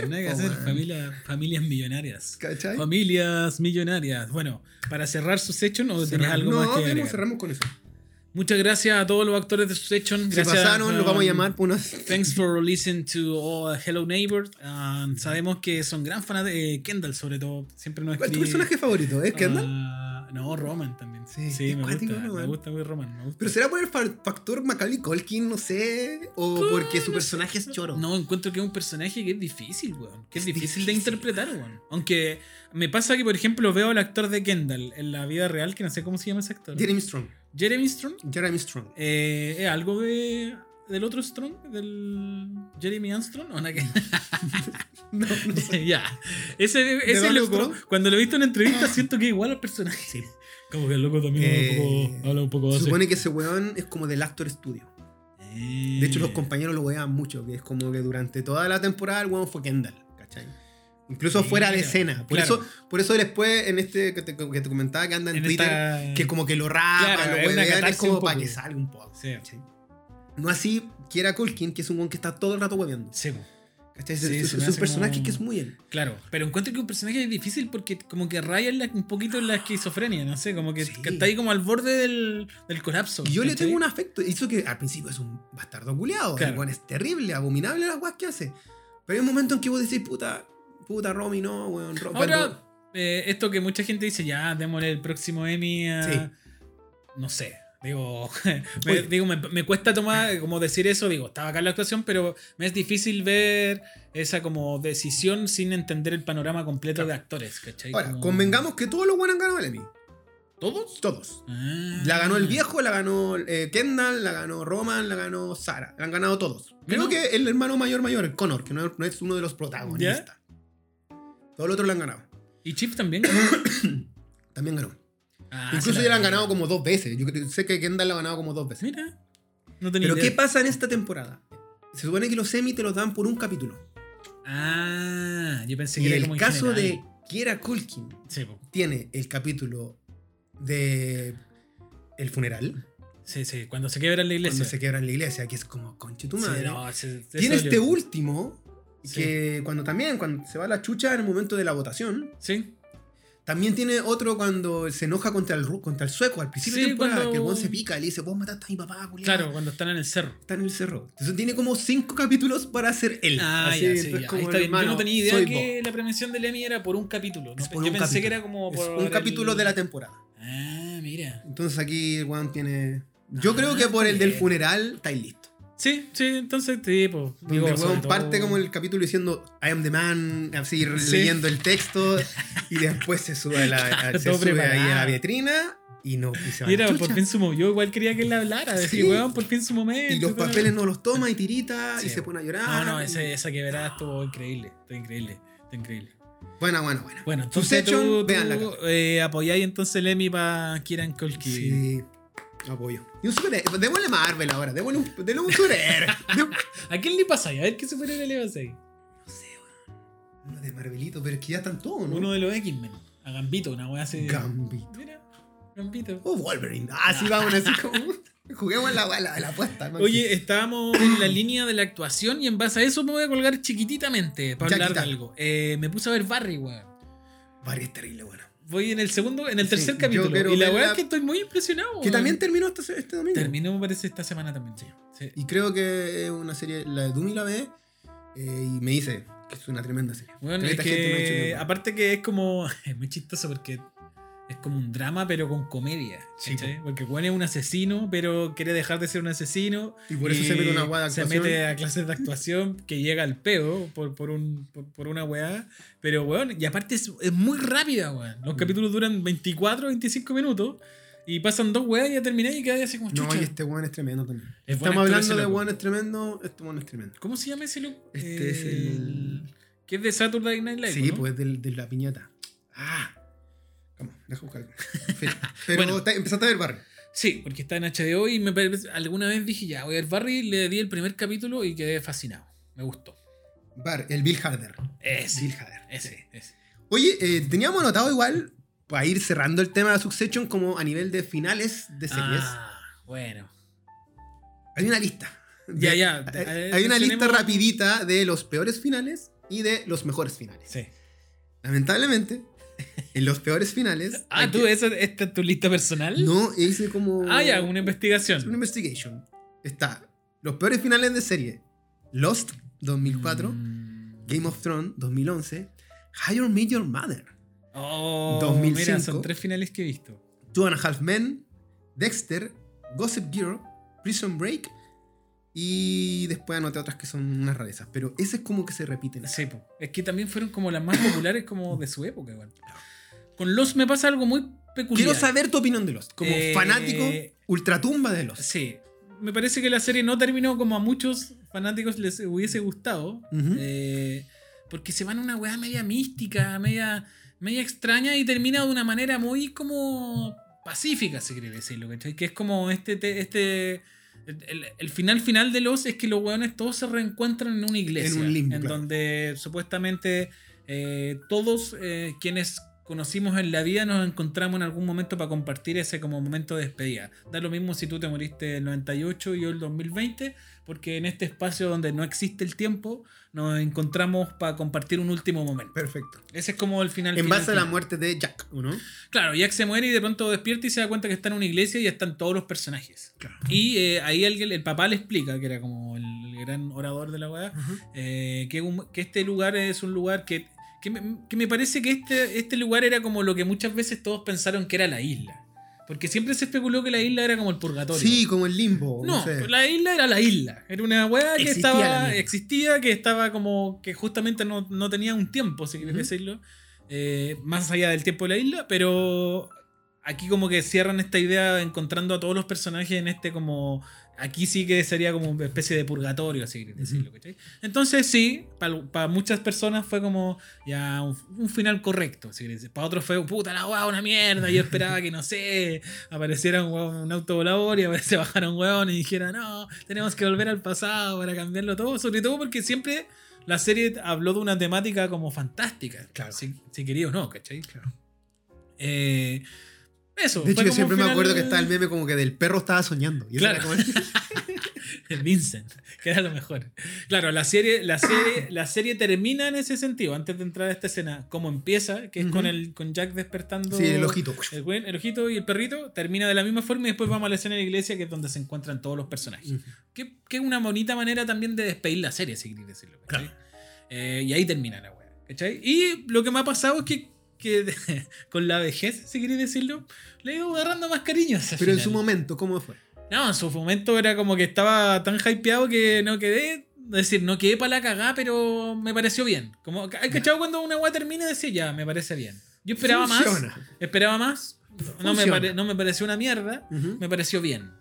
Familias millonarias. ¿Cachai? Familias millonarias. Bueno, para cerrar Succession, ¿o tenés algo más que agregar? No, cerramos con eso. Muchas gracias a todos los actores de Succession. Se pasaron, los vamos a llamar por unos... Thanks for listening to Hello Neighbor. Sabemos que son gran fanas de Kendall, sobre todo. Siempre nos escribe. ¿Cuál es tu personaje favorito? ¿Es Kendall? No, Roman también. Sí, me gusta muy Roman. Pero será por el factor Macaulay Culkin, no sé, o porque su personaje es choro. No, encuentro que es un personaje que es difícil, weón. Que es difícil de interpretar, weón. Aunque me pasa que, por ejemplo, veo al actor de Kendall en la vida real, que no sé cómo se llama ese actor. Jeremy Strong. ¿Es algo del otro Strong? ¿Del Jeremy Armstrong? ¿O nada que? No sé. Ya. Ese loco, cuando lo he visto en entrevistas, siento que es igual al personaje. Sí. Como que el loco también habla un poco se supone que ese weón es como del Actor Studio. De hecho, los compañeros lo weaban mucho, que es como que durante toda la temporada el weón fue Kendall, ¿cachai? Incluso fuera de escena. Por eso después, en este que te comentaba que anda en Twitter, que como que lo rapa, lo huevean, es como para que salga un poco. Sí. No así Kiera Culkin, que es un weón que está todo el rato hueveando. Sí. ¿Cachai? Es un personaje que es muy él. Claro, pero encuentro que un personaje es difícil porque como que raya un poquito en la esquizofrenia, no sé, como que está ahí como al borde del colapso. Y yo le tengo un afecto. Hizo que al principio es un bastardo culiado. Claro. El weón es terrible, abominable las weas que hace. Pero hay un momento en que vos decís, puta Romy, no, weón. Ahora, esto que mucha gente dice, ya, démosle el próximo Emmy a... No sé. Me cuesta tomar, como decir eso, estaba acá en la actuación, pero me es difícil ver esa como decisión sin entender el panorama completo de actores, ¿cachai? Ahora, convengamos que todos los buenos han ganado el Emmy. ¿Todos? La ganó el viejo, la ganó Kendall, la ganó Roman, la ganó Sarah. La han ganado todos. Creo que el hermano mayor, el Connor, que no es uno de los protagonistas. ¿Ya? Todos los otros la han ganado. ¿Y Chip también ganó? También ganó. Incluso ya la han ganado como 2 veces. Yo sé que Kendall la ha ganado como 2 veces. Mira, no tenía idea. Pero ¿qué pasa en esta temporada? Se supone que los Emmy te los dan por un capítulo. Yo pensé que era como el caso de Kiera Culkin tiene el capítulo de el funeral. Sí, cuando se quiebra en la iglesia. Cuando se quiebra en la iglesia, que es como, conche tu madre. Sí, no, tiene este último, que cuando se va la chucha en el momento de la votación. Sí. También tiene otro cuando se enoja contra el sueco al principio de temporada, que el weón se pica y le dice, vos mataste a mi papá, culiao. Claro, cuando están en el cerro. Entonces tiene como 5 capítulos para hacer él. Así, ya, sí, como ahí está. Yo no tenía idea que la prevención de Lemmy era por un capítulo. Yo pensé que era como por un capítulo de la temporada. Ah, mira. Entonces aquí el weón tiene... Yo creo que por el del funeral estáis listo. Sí, entonces tipo. Digo, el weón parte como el capítulo diciendo I am the man, así leyendo el texto, y después se sube, sube ahí a la vitrina y no pisa. Y era por fin su momento. Yo igual quería que él hablara, decir, weón, por fin su momento. Y los papeles no los toma y tirita y se pone a llorar. No, esa quebrada estuvo increíble. Buena. Bueno, entonces tú apoyáis entonces Lemmy para Kieran Culkin. Sí. Apoyo. Y un superhéroe. Démosle Marvel ahora. Démosle un superhéroe. ¿A quién le pasa? A ver qué superhéroe le pasa ahí. No sé, weón. Uno de Marvelito, pero es que ya están todos, ¿no? Uno de los X-Men. A Gambito, una wea así. Gambito. Mira, Gambito. O Wolverine. Sí, vamos así como. Juguemos la apuesta. ¿No? Oye, estábamos en la línea de la actuación y en base a eso me voy a colgar chiquititamente para hablar de algo. Me puse a ver Barry, weón. Barry es terrible, weón. Voy en el tercer capítulo. Y la verdad es que estoy muy impresionado. Que también terminó este domingo. Terminó, me parece, esta semana también, sí. Y creo que es una serie, la de Dumi la ve, y me dice que es una tremenda serie. Bueno, es que, aparte que es como, es muy chistoso porque es como un drama, pero con comedia. Sí, porque Juan es un asesino, pero quiere dejar de ser un asesino. Y por eso se mete una weá de actuación. Se mete a clases de actuación que llega al peo por una weá. Pero weón, y aparte es muy rápida, weón. Los capítulos duran 24, 25 minutos. Y pasan 2 weas y ya terminé y quedas así como chucha. No, y este weón es tremendo también. Estamos hablando de weón es tremendo, este weón es tremendo. ¿Cómo se llama ese look? Este es el... Que es de Saturday Night Live, sí, ¿no? pues de la piñata. Deja buscar. Pero bueno, empezaste a ver Barry. Sí, porque está en HBO y alguna vez dije, ya, voy a ver Barry, le di el primer capítulo y quedé fascinado. Me gustó. El Bill Hader. Ese. Oye, teníamos anotado igual, para ir cerrando el tema de Succession, como a nivel de finales de series. Bueno. Hay una lista. Hay una lista rapidita de los peores finales y de los mejores finales. Sí. Lamentablemente, en los peores finales... ¿Esta es tu lista personal? No, hice como... una investigación. Una investigation. Está los peores finales de serie. Lost, 2004. Game of Thrones, 2011. How I Met Your Mother, 2005. Mira, son 3 finales que he visto. 2.5 Men, Dexter, Gossip Girl, Prison Break, y después anoté otras que son unas rarezas. Pero ese es como que se repiten. Sí, es que también fueron como las más populares como de su época. Igual. Con Lost me pasa algo muy peculiar. Quiero saber tu opinión de Lost. Como fanático ultratumba de Lost. Sí. Me parece que la serie no terminó como a muchos fanáticos les hubiese gustado. Porque se van a una weá media mística, media extraña y termina de una manera muy como pacífica, si quiere decirlo, ¿cachai? Que es como el final de Lost es que los weones todos se reencuentran en una iglesia. En un limbo, en donde supuestamente todos quienes conocimos en la vida nos encontramos en algún momento para compartir ese como momento de despedida. Da lo mismo si tú te moriste en el 98 y yo el 2020, porque en este espacio donde no existe el tiempo nos encontramos para compartir un último momento. Perfecto. Ese es como el final. En base a la muerte de Jack, ¿o no? Claro, Jack se muere y de pronto despierta y se da cuenta que está en una iglesia y están todos los personajes. Claro. Y ahí el papá le explica, que era como el gran orador de la weá, que este lugar es un lugar que me parece que este lugar era como lo que muchas veces todos pensaron que era la isla. Porque siempre se especuló que la isla era como el purgatorio. Sí, como el limbo. No, la isla era la isla. Era una weá que existía, que estaba como que justamente no tenía un tiempo, si quieres decirlo, más allá del tiempo de la isla, pero aquí como que cierran esta idea encontrando a todos los personajes en este como... Aquí sí que sería como una especie de purgatorio, así que decirlo, ¿cachai? Entonces sí, para muchas personas fue como ya un final correcto, así que para otros fue puta la hueá, una mierda. Yo esperaba que, no sé, apareciera un auto volador y se bajara un hueón y dijera, no, tenemos que volver al pasado para cambiarlo todo, sobre todo porque siempre la serie habló de una temática como fantástica, claro. si quería o no, ¿cachai? Claro. Eso. De hecho, yo siempre me acuerdo que estaba el meme como que del perro estaba soñando. Y claro. Como el Vincent, que era lo mejor. Claro, la serie termina en ese sentido. Antes de entrar a esta escena, como empieza, que es con Jack despertando. Sí, el ojito. El ojito y el perrito, termina de la misma forma y después vamos a la escena de la iglesia, que es donde se encuentran todos los personajes. Que es una bonita manera también de despedir la serie, si queréis decirlo. Claro. Y ahí termina la wea. ¿Cachai? Y lo que me ha pasado es que con la vejez, si queréis decirlo, le he ido agarrando más cariño a ese Pero final. en su momento, ¿cómo fue? No, en su momento era como que estaba tan hypeado que no quedé. Es decir, no quedé para la cagada, pero me pareció bien. Como, ¿hay cachado cuando una weá termina? Decía, ya, me parece bien. Yo esperaba más. Esperaba más. No me pareció una mierda. Me pareció bien.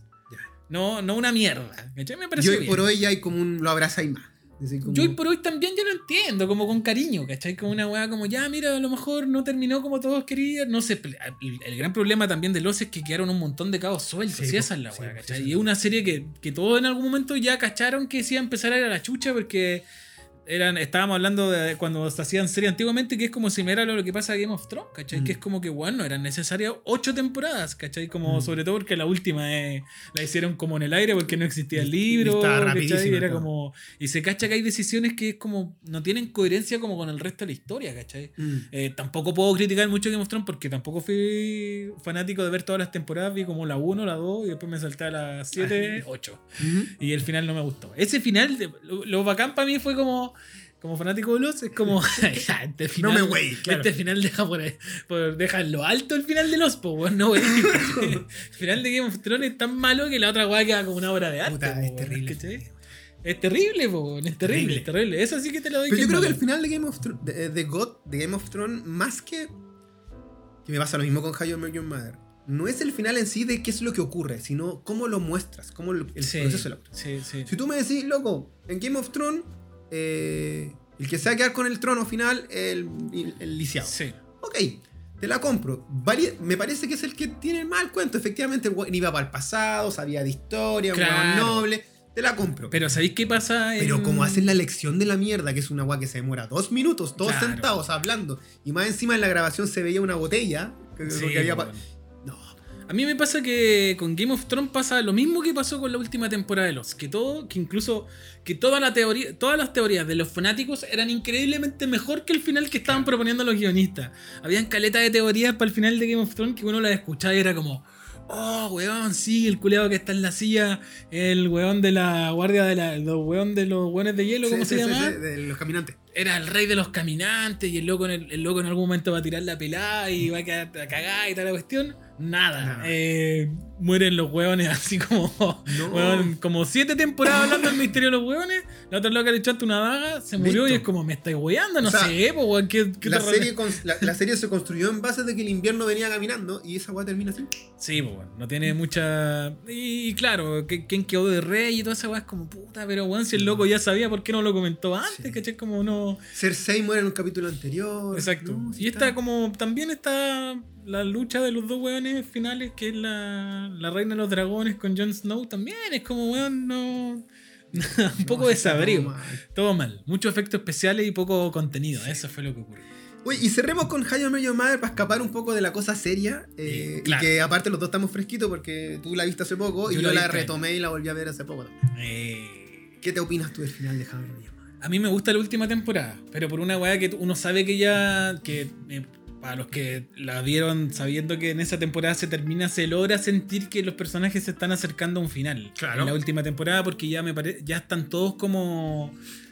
No una mierda. ¿Cachai? Me pareció bien. Por hoy ya hay como lo abrazáis más. Como... Yo hoy por hoy también ya lo entiendo, como con cariño, ¿cachai? Como una weá como, ya, mira, a lo mejor no terminó como todos querían, no sé. El gran problema también de Lost es que quedaron un montón de cabos sueltos, y esa es la weá, ¿cachai? Y es una serie que todos en algún momento ya cacharon que se iba a empezar a ir a la chucha porque estábamos hablando de cuando se hacían series antiguamente, que es como si me era lo que pasa a Game of Thrones, ¿cachai? Que es como que, bueno, eran necesarias 8 temporadas, ¿cachai? Como sobre todo porque la última la hicieron como en el aire porque no existía el libro, ¿cachai? Era como... Y se cacha que hay decisiones que es como no tienen coherencia como con el resto de la historia, ¿cachai? Tampoco puedo criticar mucho Game of Thrones porque tampoco fui fanático de ver todas las temporadas, vi como la 1, la 2 y después me salté a la 7, 8. Y el final no me gustó. Ese final, lo bacán para mí fue como fanático de Lost, es como este final, no me wey, claro. Este final deja en lo alto el final de Lost, no wey. El final de Game of Thrones es tan malo que la otra weá queda como una obra de arte. Puta, es terrible. ¿Cachai? Es terrible, es terrible. Eso sí que te lo doy. Pero yo creo que el final de Game of Thrones, de Game of Thrones, más que me pasa lo mismo con How I Met Your Mother, no es el final en sí de qué es lo que ocurre, sino cómo lo muestras, cómo el proceso de la cosa. Sí. Si tú me decís, loco, en Game of Thrones, el que se va a quedar con el trono final, el lisiado. Sí. Ok, te la compro. Me parece que es el que tiene mal cuento. Efectivamente, el iba para el pasado, sabía de historia, claro. Un noble. Te la compro. Pero ¿sabéis qué pasa? Pero como hacen la lección de la mierda, que es una weá que se demora 2 minutos, todos sentados hablando, y más encima en la grabación se veía una botella que había... A mí me pasa que con Game of Thrones pasa lo mismo que pasó con la última temporada de Lost. Que todas las teorías de los fanáticos eran increíblemente mejor que el final que estaban proponiendo los guionistas. Habían caletas de teorías para el final de Game of Thrones que uno las escuchaba y era como... Oh, weón, sí, el culeado que está en la silla, el weón de la guardia de los weones de hielo, ¿cómo se llama? Sí, de los caminantes. Era el rey de los caminantes y el loco en algún momento va a tirar la pelada y va a quedar cagada y toda la cuestión. Nada. Mueren los hueones así como... No. Weón, como 7 temporadas hablando del misterio de los hueones. La otra loca le echaste una daga, se murió. Listo. Y es como, me estáis hueando, no sé, po, weón. La serie se construyó en base de que el invierno venía caminando y esa weá termina así. Sí, pues weón. No tiene mucha... Y claro, ¿quién quedó de rey y toda esa weá? Es como, puta, pero weón, si el loco ya sabía, ¿por qué no lo comentó antes? ¿Cachai? Como no... Cersei muere en un capítulo anterior. Exacto. No, y está como... También está... La lucha de los dos weones finales, que es la reina de los dragones con Jon Snow, también es como, weón, no... un poco desabrido. Todo mal. Muchos efectos especiales y poco contenido. Sí. Eso fue lo que ocurrió. Uy, y cerremos con How I Met Your Mother para escapar un poco de la cosa seria. Claro. Y que aparte los dos estamos fresquitos porque tú la viste hace poco y yo la retomé y la volví a ver hace poco también. ¿Qué te opinas tú del final de How I Met Your Mother? A mí me gusta la última temporada, pero por una weá que uno sabe que ya... Para los que la vieron sabiendo que en esa temporada se termina, se logra sentir que los personajes se están acercando a un final. Claro. En la última temporada, porque ya ya están todos como...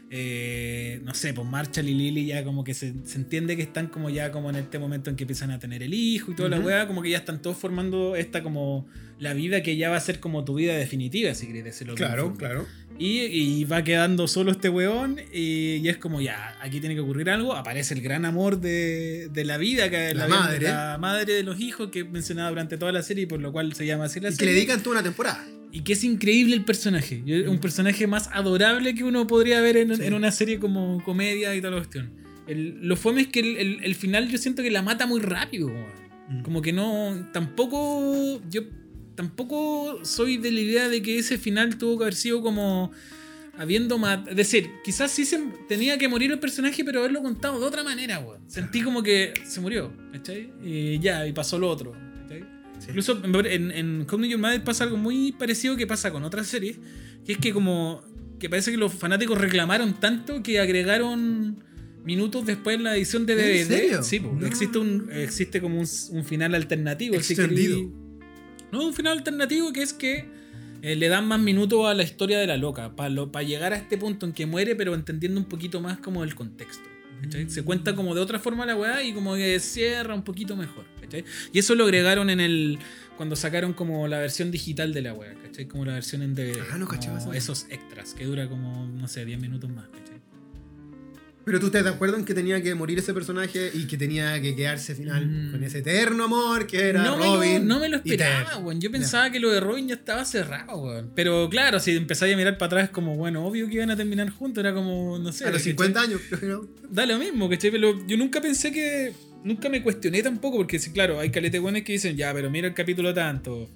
no sé, pues Marshall y Lily ya como que se entiende que están como ya como en este momento en que empiezan a tener el hijo y toda la weá, como que ya están todos formando esta como la vida que ya va a ser como tu vida definitiva, si querés decirlo. Claro, claro. Y va quedando solo este weón y es como ya, aquí tiene que ocurrir algo. Aparece el gran amor de la vida, que es la madre de los hijos que he mencionado durante toda la serie y por lo cual se llama así la serie. Y que le dedican toda una temporada. Y que es increíble el personaje. Un personaje más adorable que uno podría ver en una serie como comedia y toda la cuestión. Lo fome es que el final yo siento que la mata muy rápido. Como que no... Tampoco soy de la idea de que ese final tuvo que haber sido como habiendo matado. Es decir, quizás sí tenía que morir el personaje, pero haberlo contado de otra manera, weón. Sentí como que se murió, ¿cachai? Y pasó lo otro, ¿cachai? Sí. Incluso en How I Met Your Mother pasa algo muy parecido que pasa con otras series, que es que como que parece que los fanáticos reclamaron tanto que agregaron minutos después en la edición de DVD. ¿En serio? Sí, pues, No. existe como un final alternativo. Extendido. No, un final alternativo que es que le dan más minutos a la historia de la loca, para llegar a este punto en que muere, pero entendiendo un poquito más como el contexto. ¿Cachai? Se cuenta como de otra forma la weá y como que cierra un poquito mejor. ¿Cachai? Y eso lo agregaron cuando sacaron como la versión digital de la weá, ¿cachai? Como la versión en DVD. No cachaba eso. Esos extras, que dura como, no sé, 10 minutos más, ¿cachai? Pero tú estás de acuerdo en que tenía que morir ese personaje y que tenía que quedarse final con ese eterno amor que era Robin. No me lo esperaba, weón. Yo pensaba que lo de Robin ya estaba cerrado, weón. Pero claro, si empezáis a mirar para atrás, como, bueno, obvio que iban a terminar juntos. Era como, no sé. A los 50 años. Da lo mismo, ¿cachai? Pero yo nunca pensé que. Nunca me cuestioné tampoco, porque sí, claro, hay caletes buenos que dicen, ya, pero mira el capítulo tanto.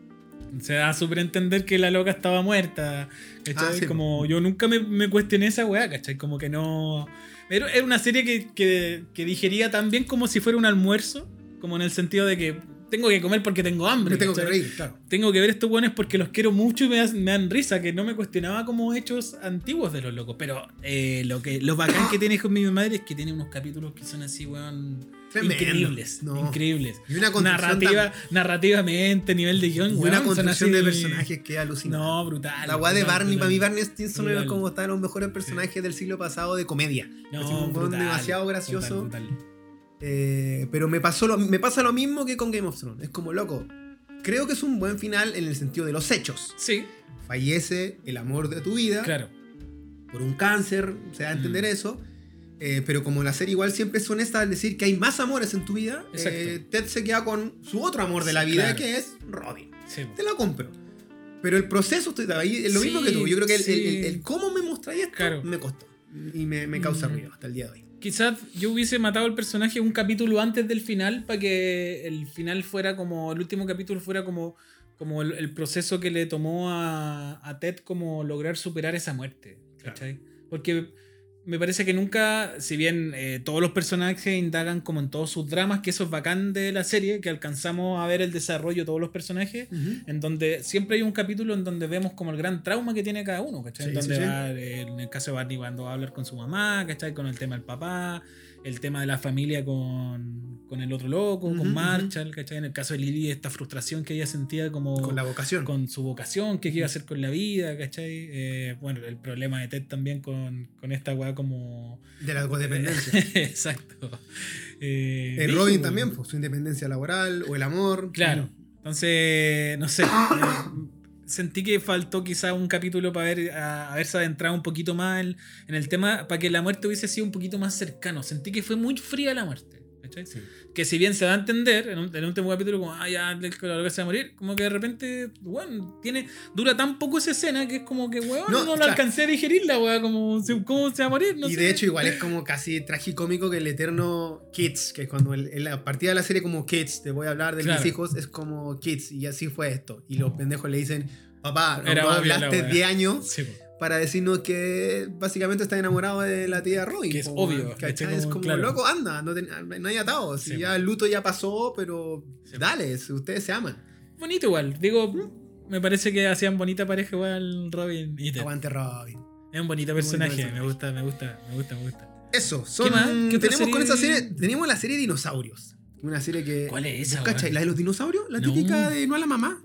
Se da a súper entender que la loca estaba muerta, ¿cachai? Sí, como yo nunca me cuestioné esa weá, ¿cachai? Como que no... Era una serie que digería tan bien como si fuera un almuerzo, como en el sentido de que tengo que comer porque tengo hambre. Me tengo ¿cachai? que reír, claro. Tengo que ver estos buenos porque los quiero mucho y me dan risa, que no me cuestionaba como hechos antiguos de los locos. Pero lo bacán que tiene con mi madre es que tiene unos capítulos que son así, weón... Tremendo. Increíbles, No. increíbles. Y una construcción narrativamente, nivel de guión, y una construcción de personajes que alucina. No, brutal. La weá de Barney, brutal. para mí Barney Stinson Brutal. era como está de los mejores personajes del siglo pasado de comedia. No, Así, un weón demasiado gracioso. Brutal. Pero me pasa lo mismo que con Game of Thrones. Es como, loco, creo que es un buen final en el sentido de los hechos. Sí. Fallece el amor de tu vida. Claro. Por un cáncer, se da a entender eso. Pero como la serie igual siempre es honesta al decir que hay más amores en tu vida, Ted se queda con su otro amor de la vida, claro, que es Robin. Sí. Te lo compro. Pero el proceso, estoy ahí, es lo mismo que tú. Yo creo que el cómo me mostráis esto, claro, me costó. Y me causa ruido hasta el día de hoy. Quizás yo hubiese matado al personaje un capítulo antes del final para que el final fuera como, el último capítulo fuera como el proceso que le tomó a Ted como lograr superar esa muerte. ¿Cachai? Claro. Porque me parece que nunca, si bien todos los personajes indagan como en todos sus dramas, que eso es bacán de la serie, que alcanzamos a ver el desarrollo de todos los personajes, en donde siempre hay un capítulo en donde vemos como el gran trauma que tiene cada uno, ¿cachai? Sí, en donde va, en el caso de Barney cuando va a hablar con su mamá, ¿cachai? Con el tema del papá, el tema de la familia con el otro loco, con Marshall, ¿cachai? En el caso de Lily, esta frustración que ella sentía como... Con la vocación. Con su vocación, qué iba a hacer con la vida, ¿cachai? Bueno, el problema de Ted también con esta weá como... De la codependencia. Exacto. Robin también, pues, su independencia laboral o el amor. Claro. Entonces, no sé. Sentí que faltó quizá un capítulo para haberse adentrado un poquito más en el tema, para que la muerte hubiese sido un poquito más cercano. Sentí que fue muy fría la muerte. Sí. Que si bien se da a entender en un último capítulo como ya la loca se va a morir, como que de repente bueno, dura tan poco esa escena que es como que weón, no la alcancé a digerirla, weón, como cómo se va a morir, no y sé. De hecho igual es como casi tragicómico que el eterno Kids, que es cuando la partida de la serie como Kids, te voy a hablar de mis hijos, es como Kids y así fue esto, y los pendejos le dicen papá, no hablaste 10 años sí, para decirnos que básicamente está enamorado de la tía Robin. Que es obvio. Es como, claro, loco, anda, no hay atado. Si ya el luto ya pasó, pero dale, ustedes se aman. Bonito igual. Digo, me parece que hacían bonita pareja igual Robin y Ted. Aguante Robin. Es un bonito personaje. Me gusta. Eso, ¿Qué tenemos con esa serie, teníamos la serie Dinosaurios. Una serie que... ¿Cuál es esa? ¿Cachai? ¿La de los dinosaurios? La típica de no a la mamá.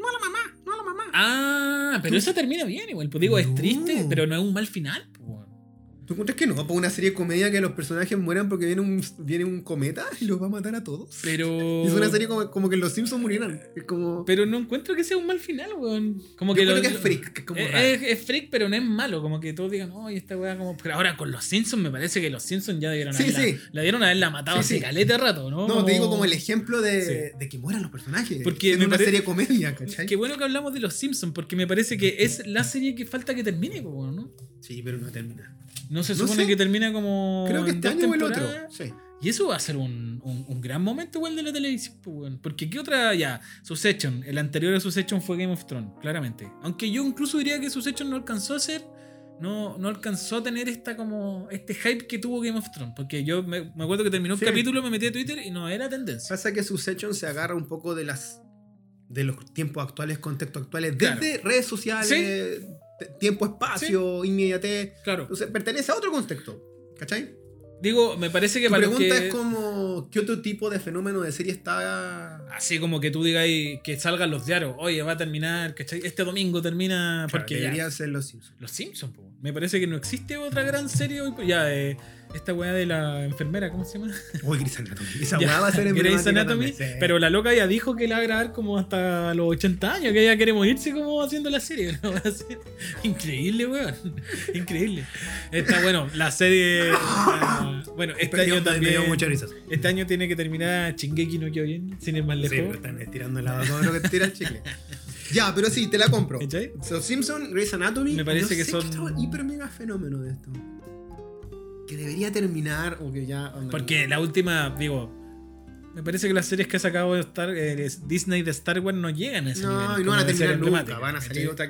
Ah, pero esa termina bien igual. Pues digo, es triste, pero no es un mal final. Pues. ¿Tú encuentras que no? ¿Para una serie de comedia que los personajes mueran porque viene un cometa y los va a matar a todos? Pero... Es una serie como que los Simpsons murieran. Es como... Pero no encuentro que sea un mal final, weón. Como que es freak. Que es, como es freak, pero no es malo. Como que todos digan, oye, esta weá como... Pero ahora con los Simpsons me parece que los Simpsons ya debieron haberla matado hace caleta rato, ¿no? No, te digo como el ejemplo de que mueran los personajes. Porque en una serie de comedia, ¿cachai? Qué bueno que hablamos de los Simpsons, porque me parece que es la serie que falta que termine, ¿no? Sí, pero no termina. No se supone que termina como... Creo que este año o el otro. Sí. Y eso va a ser un gran momento igual de la televisión, porque ¿qué otra? Ya, Succession, el anterior a Succession fue Game of Thrones, claramente. Aunque yo incluso diría que Succession no alcanzó a ser... No alcanzó a tener este hype que tuvo Game of Thrones. Porque yo me acuerdo que terminó un capítulo, me metí a Twitter y no era tendencia. Pasa que Succession se agarra un poco de las de los tiempos actuales, contextos actuales, desde redes sociales, tiempo, espacio, inmediatez. Claro. Entonces pertenece a otro contexto. ¿Cachai? Digo, me parece que tu para pregunta es como, ¿qué otro tipo de fenómeno de serie está...? Así como que tú digas que salgan los diarios, oye, va a terminar, ¿cachai? Este domingo termina... Claro, porque deberían ser Los Simpsons. Los Simpsons, po. Me parece que no existe otra gran serie hoy. Ya, esta weá de la enfermera, ¿cómo se llama? Uy, Grey's Anatomy. Esa weá va a ser Grey's Anatomy, sí. Pero la loca ya dijo que la va a grabar como hasta los 80 años, que ella quiere morirse como haciendo la serie. ¿No? Increíble, weón. Increíble. Bueno, la serie... bueno, este año también... Me dio muchas risas. Este año tiene que terminar Shingeki no Kyojin, sin ir más lejos. Sí, pero están estirando el lado todo lo que tira el chicle. Ya, pero sí, te la compro. ¿Echai? Los Simpsons, Grey's Anatomy. Me parece que son... hiper mega fenómeno de esto. Que debería terminar o que ya... Porque la última, digo, me parece que las series que ha sacado Disney de Star Wars no llegan a ese nivel. No, y no van a terminar nunca, van a salir otra.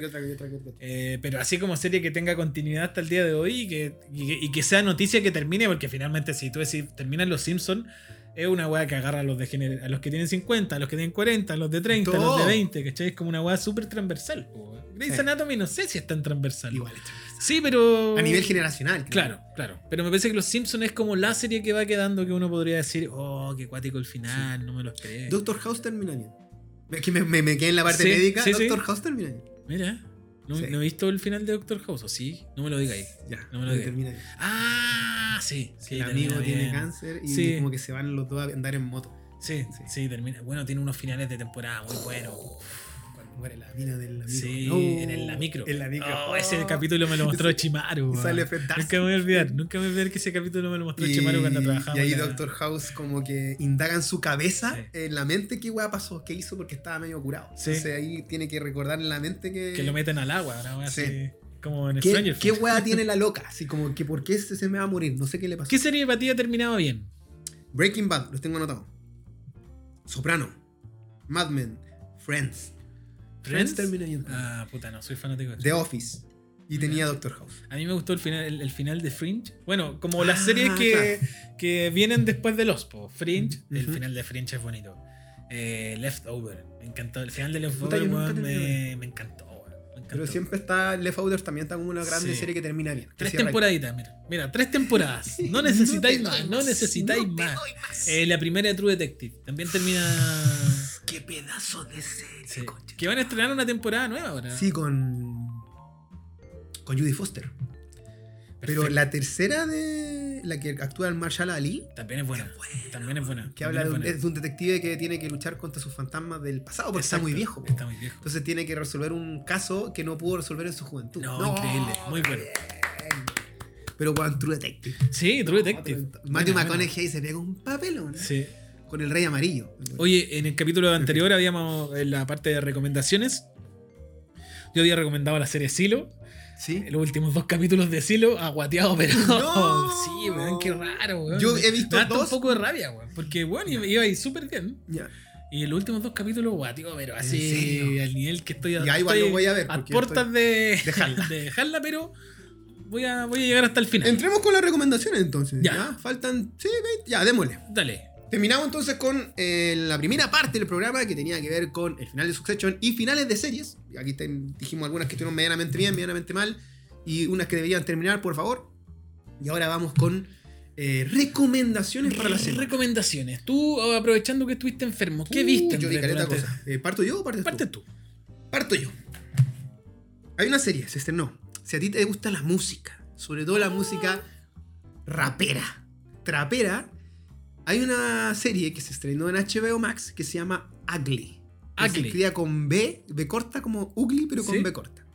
Pero así como serie que tenga continuidad hasta el día de hoy y que sea noticia que termine, porque finalmente si tú decís terminan Los Simpsons, es una weá que agarra a los que tienen 50, a los que tienen 40, a los de 30, a los de 20, ¿cachai? Es como una weá súper transversal. Grey's Anatomy no sé si es tan transversal. Igual es transversal. Sí, pero... A nivel generacional. Claro. Pero me parece que Los Simpsons es como la serie que va quedando que uno podría decir, oh, qué cuático el final, no me lo esperé. Doctor House termina bien. Es que me quedé en la parte médica. Doctor House termina bien. Mira, no he visto el final de Doctor House, ¿o sí? No me lo digáis. Ya, no me lo digáis. Termina bien. Ah, sí. El amigo tiene cáncer y como que se van los dos a andar en moto. Sí, termina. Bueno, tiene unos finales de temporada muy buenos. Muere la mina del amigo. Sí, en la micro. En la micro. Ese capítulo me lo mostró Chimaru. Sale fantástico. Nunca me voy a olvidar que ese capítulo me lo mostró Chimaru cuando trabajaba. Y ahí Doctor House como que indaga en su cabeza, en la mente, qué weá pasó, qué hizo porque estaba medio curado. Sí. Entonces ahí tiene que recordar en la mente que lo meten al agua, ¿no? Sí. Así, como en Stranger Things. ¿Qué weá tiene la loca? Así como que por qué se me va a morir, no sé qué le pasó. ¿Qué serie para ti ha terminado bien? Breaking Bad, los tengo anotados. Soprano, Mad Men, Friends termina bien. Ah, puta, no soy fanático de eso. The Office. Y tenía Doctor House. A mí me gustó el final de Fringe. Bueno, como las series que vienen después de Lost, Fringe. El final de Fringe es bonito. Leftover. Me encantó. El final de Leftover, me encantó. Pero siempre está Leftovers, también está como una grande serie que termina bien. 3 temporaditas, mira, 3 temporadas. No necesitáis más. La primera de True Detective. También termina... ¡Qué pedazo de serie! Sí. Que van a estrenar una temporada nueva ahora. Sí, con Judy Foster. Perfecto. Pero la tercera de la que actúa el Marshall Ali también es buena. Que habla de un detective que tiene que luchar contra sus fantasmas del pasado porque está muy viejo. Entonces tiene que resolver un caso que no pudo resolver en su juventud. No, increíble, muy bueno. Pero con True Detective. Sí, True Detective. Matthew McConaughey se pega un papelón. Sí. Con el Rey Amarillo. Oye, en el capítulo anterior habíamos, en la parte de recomendaciones, yo había recomendado la serie Silo. ¿Sí? Los últimos 2 capítulos de Silo, aguateado, pero... ¡No! Sí, weón, qué raro, weón. Yo he visto me da un poco de rabia, weón. Porque, weón, iba ahí súper bien. Ya. Y en los últimos 2 capítulos, guateado, pero así, al nivel que estoy... Ya, igual lo voy a ver. A puertas de dejarla, pero... Voy a llegar hasta el final. Entremos con las recomendaciones, entonces. Ya. Faltan... Sí, ya, démosle. Dale. Terminamos entonces con la primera parte del programa que tenía que ver con el final de Succession y finales de series. Aquí dijimos algunas que estuvieron medianamente bien, medianamente mal y unas que deberían terminar, por favor. Y ahora vamos con recomendaciones para la semana. Recomendaciones. Tú, aprovechando que estuviste enfermo, ¿qué viste? Yo vi caleta cosa. ¿Parto yo o partes tú? Parto yo. Hay una serie, se estrenó. Si a ti te gusta la música, sobre todo la música rapera, trapera, hay una serie que se estrenó en HBO Max que se llama Ugly. Que se escribía con B corta como Ugly, pero con B corta.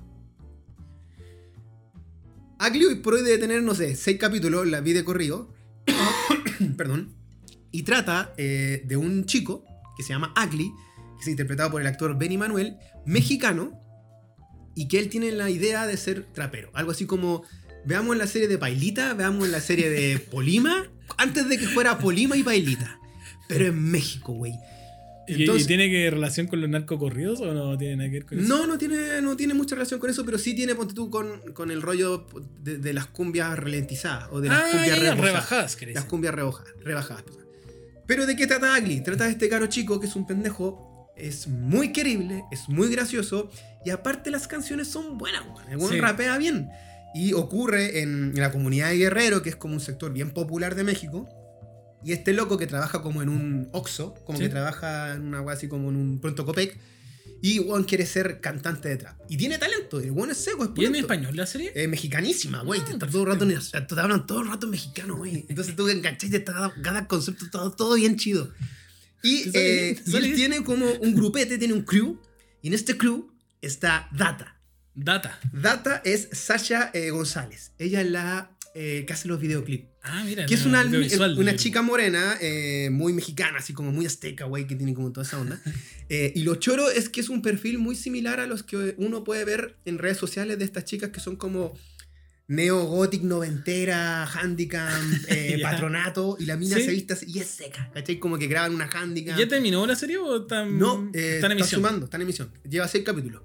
Ugly hoy por hoy debe tener, no sé, 6 capítulos, la vi de corrido. Perdón. Y trata de un chico que se llama Ugly, que es interpretado por el actor Benny Manuel, mexicano, y que él tiene la idea de ser trapero. Algo así como, veamos la serie de Pailita, veamos la serie de Polima, antes de que fuera Polima y Pailita. Pero en México, güey. Entonces, ¿Y tiene que relación con los narcocorridos o no tiene nada que ver con eso? No tiene mucha relación con eso, pero sí tiene, ponte tú, con el rollo de las cumbias ralentizadas o de las cumbias rebajadas. Las cumbias rebajadas. Pero ¿de qué trata Ugly? Trata de este caro chico que es un pendejo es muy querible, es muy gracioso y aparte las canciones son buenas, el weón rapea bien. Y ocurre en la comunidad de Guerrero, que es como un sector bien popular de México. Y este loco que trabaja como en un Oxxo, como que trabaja en una wea así como en un Pronto Copec. Y Juan quiere ser cantante de trap. Y tiene talento, el Juan es seco, es ¿Y en español la serie? Mexicanísima, güey. Te hablan todo el rato en mexicano, güey. Entonces tú enganchás de cada concepto, todo bien chido. Y él tiene como un grupete, tiene un crew. Y en este crew está Data. Data es Sasha González. Ella es la que hace los videoclips. Ah, mira. Que es una chica morena, muy mexicana, así como muy azteca, güey, que tiene como toda esa onda. Y lo choro es que es un perfil muy similar a los que uno puede ver en redes sociales de estas chicas que son como neo-gothic, noventera, handicap, patronato, y la mina se viste así y es seca, ¿cachai? Como que graban una handicap. ¿Ya terminó la serie o está en emisión? Está en emisión. Lleva 6 capítulos.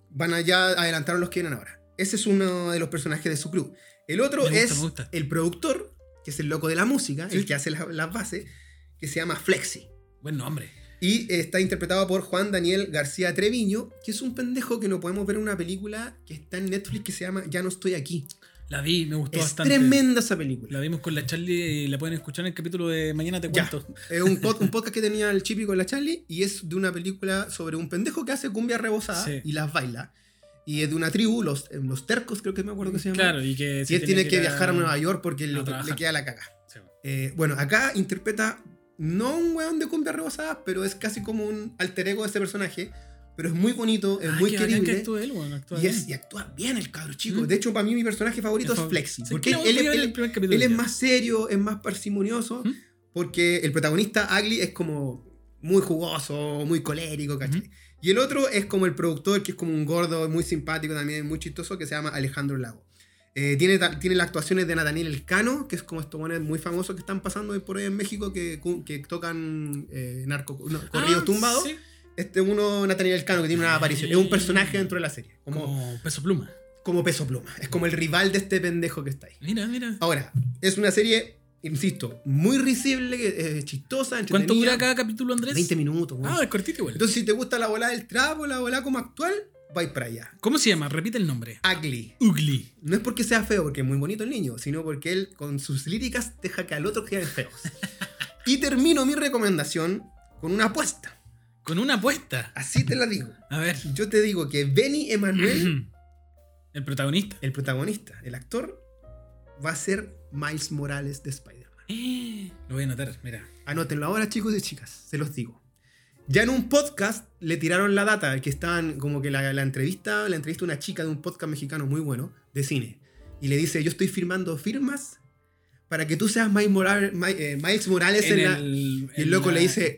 Ya adelantaron los que vienen ahora. Ese es uno de los personajes de su club. El otro me gusta. El productor, que es el loco de la música, el que hace las bases, que se llama Flexi. Buen nombre. Y está interpretado por Juan Daniel García Treviño, que es un pendejo que no podemos ver en una película que está en Netflix que se llama Ya no estoy aquí. La vi, me gustó bastante. Es tremenda esa película. La vimos con la Charlie y la pueden escuchar en el capítulo de Mañana te cuento. Es un podcast que tenía el Chipi con la Charlie y es de una película sobre un pendejo que hace cumbia rebozada y las baila. Y es de una tribu, los tercos, creo que me acuerdo que se llama. Claro, y él tiene que viajar a Nueva York porque le queda la caga. Sí. Bueno, acá interpreta no un weón de cumbia rebozada, pero es casi como un alter ego de este personaje. Pero es muy bonito, es muy querible. Y actúa bien el cabro chico. De hecho, para mí mi personaje favorito es Flexi. Porque él es más serio, es más parsimonioso. Porque el protagonista, Agli, es como muy jugoso, muy colérico, ¿cachai? Y el otro es como el productor, que es como un gordo muy simpático también, muy chistoso, que se llama Alejandro Lago. Tiene las actuaciones de Nathaniel Elcano, que es como estos buenos muy famosos que están pasando por ahí en México, que tocan corridos tumbados. Sí. Nathaniel Elcano, que tiene una aparición. Es un personaje dentro de la serie. Como Peso Pluma. Como Peso Pluma. Es como el rival de este pendejo que está ahí. Mira. Ahora, es una serie, insisto, muy risible, chistosa, entretenida. ¿Cuánto dura cada capítulo, Andrés? 20 minutos. Güey. Es cortito igual. Entonces, si te gusta la bola del trap o la bola como actual, vais para allá. ¿Cómo se llama? Repite el nombre. Ugly. No es porque sea feo, porque es muy bonito el niño, sino porque él, con sus líricas, deja que al otro queden feos. Y termino mi recomendación con una apuesta. ¿Con una apuesta? Así te la digo. A ver. Yo te digo que Benny Emanuel... ¿El protagonista? El protagonista, el actor, va a ser Miles Morales de Spider-Man. Lo voy a anotar, mira. Anótenlo ahora, chicos y chicas, se los digo. Ya en un podcast le tiraron la data, que estaban como que la entrevista a una chica de un podcast mexicano muy bueno, de cine. Y le dice, yo estoy firmando firmas para que tú seas Miles Morales y el loco le dice,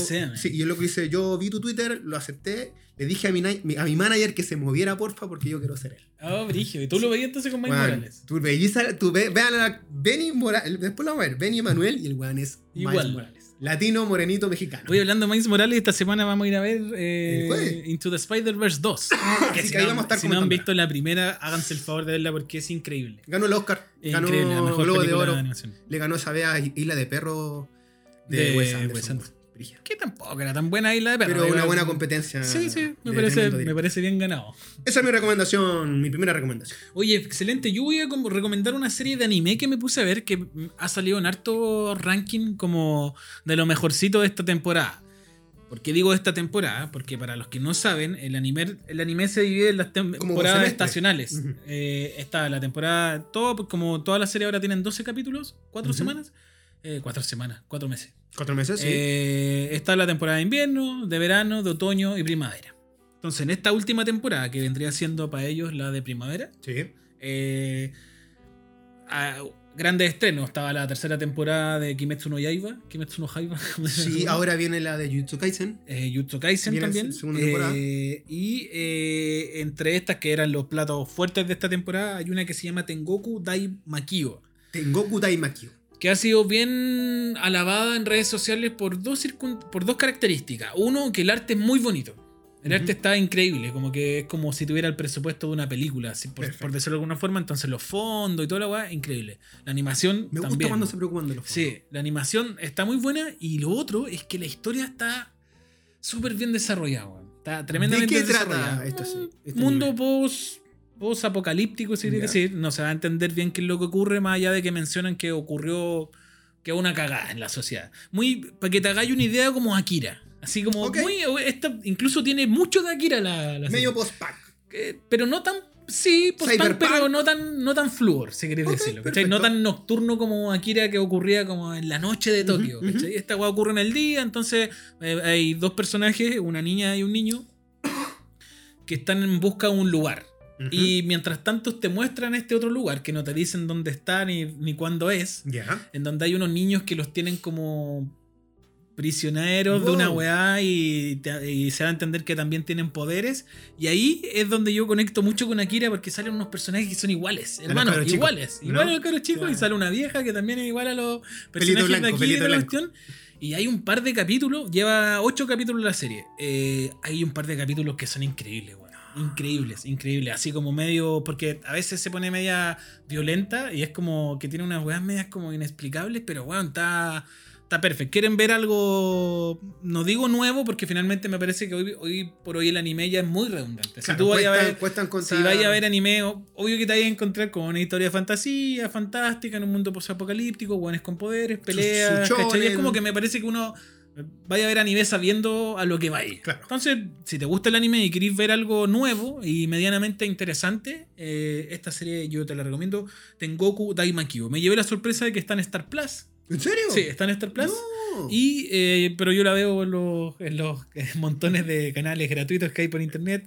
y el loco dice, yo vi tu Twitter, lo acepté, le dije a mi manager que se moviera, porfa, porque yo quiero ser él. Brígido. ¿Y tú lo veías entonces con Miles Morales? Vean a Benny Morales, después lo vamos a ver, Benny Emanuel, y el weón es Miles Morales. Latino, morenito, mexicano. Voy hablando de Miles Morales, esta semana vamos a ir a ver Into the Spider-Verse 2. Que si no han visto la primera, háganse el favor de verla porque es increíble. Ganó el Oscar, ganó el Globo de Oro. Le ganó esa vea Isla de Perro de Wes Anderson. Que tampoco era tan buena Isla de Perro. Pero una buena competencia. Sí, me parece bien ganado. Esa es mi recomendación, mi primera recomendación. Oye, excelente. Yo voy a recomendar una serie de anime que me puse a ver que ha salido en harto ranking como de lo mejorcito de esta temporada. ¿Por qué digo esta temporada? Porque para los que no saben, el anime se divide en las temporadas estacionales. Está la temporada, como toda la serie ahora tienen 12 capítulos, 4 semanas. 4 meses. 4 meses, sí. Está la temporada de invierno, de verano, de otoño y primavera. Entonces, en esta última temporada, que vendría siendo para ellos la de primavera, grandes estrenos. Estaba la tercera temporada de Kimetsu no Yaiba. Sí, ahora viene la de Jujutsu Kaisen. Jujutsu Kaisen viene también. Segunda temporada. Y entre estas que eran los platos fuertes de esta temporada, hay una que se llama Tengoku Dai Makio. Que ha sido bien alabada en redes sociales por dos características. Uno, que el arte es muy bonito. El arte está increíble, como que es como si tuviera el presupuesto de una película, así, por decirlo de alguna forma. Entonces los fondos y toda la weá, increíble. La animación me también. gusta cuando se preocupan de los fondos. Sí, la animación está muy buena. Y lo otro es que la historia está súper bien desarrollado. Está tremendamente ¿De qué desarrollado. trata este mundo post-apocalíptico, si quieres decir. No se va a entender bien qué es lo que ocurre, más allá de que mencionan que ocurrió que una cagada en la sociedad. Para que te hagáis una idea como Akira. Así como incluso tiene mucho de Akira la medio post-punk. Pero no tan... Sí, post-punk, pero no tan fluor, si querés decirlo. No tan nocturno como Akira, que ocurría como en la noche de Tokio. Esta weá ocurre en el día, entonces hay dos personajes, una niña y un niño, que están en busca de un lugar. Y mientras tanto te muestran este otro lugar, que no te dicen dónde está ni cuándo es, en donde hay unos niños que los tienen como prisioneros de una weá y se da a entender que también tienen poderes. Y ahí es donde yo conecto mucho con Akira, porque salen unos personajes que son iguales, hermanos, iguales a los cabros chicos, y sale una vieja que también es igual a los personajes de aquí de la cuestión. Y hay un par de capítulos, lleva 8 capítulos la serie. Hay un par de capítulos que son increíbles, weón. Increíbles, así como medio, porque a veces se pone media violenta y es como que tiene unas weas medias como inexplicables, pero bueno, está perfecto. ¿Quieren ver algo, no digo nuevo, porque finalmente me parece que hoy por hoy el anime ya es muy redundante? Claro, si tú vayas a ver anime, obvio que te vayas a encontrar con una historia de fantasía, fantástica, en un mundo posapocalíptico, weones con poderes, peleas, ¿cachai? Es como que me parece que uno vaya a ver anime sabiendo a lo que va a ir. Claro. Entonces, si te gusta el anime y querés ver algo nuevo y medianamente interesante, esta serie yo te la recomiendo, Tengoku Daimakyo. Me llevé la sorpresa de que está en Star Plus. ¿En serio? Sí, está en Star Plus. No. Pero yo la veo en los montones de canales gratuitos que hay por internet.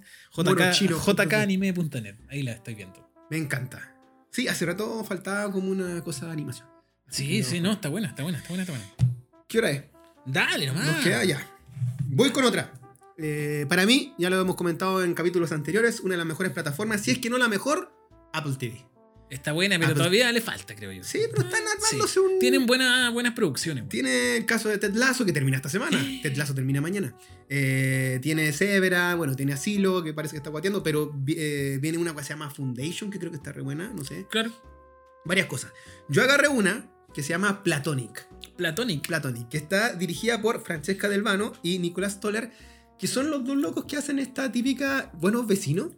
jkanime.net. Ahí la estoy viendo. Me encanta. Sí, hace rato faltaba como una cosa de animación. Sí, está buena. ¿Qué hora es? Dale nomás. Nos queda ya. Voy con otra. Para mí, ya lo hemos comentado en capítulos anteriores, una de las mejores plataformas, si es que no la mejor, Apple TV. Está buena, pero todavía le falta, creo yo. Sí, pero están armándose un... Tienen buenas producciones. Tiene el caso de Ted Lasso, que termina esta semana. Ted Lasso termina mañana. Tiene Severa, tiene Asilo, que parece que está guateando, pero viene una que se llama Foundation, que creo que está re buena, no sé. Claro. Varias cosas. Yo agarré una que se llama Platonic, que está dirigida por Francesca Del Vano y Nicolás Stoller, que son los dos locos que hacen esta típica Buenos Vecinos.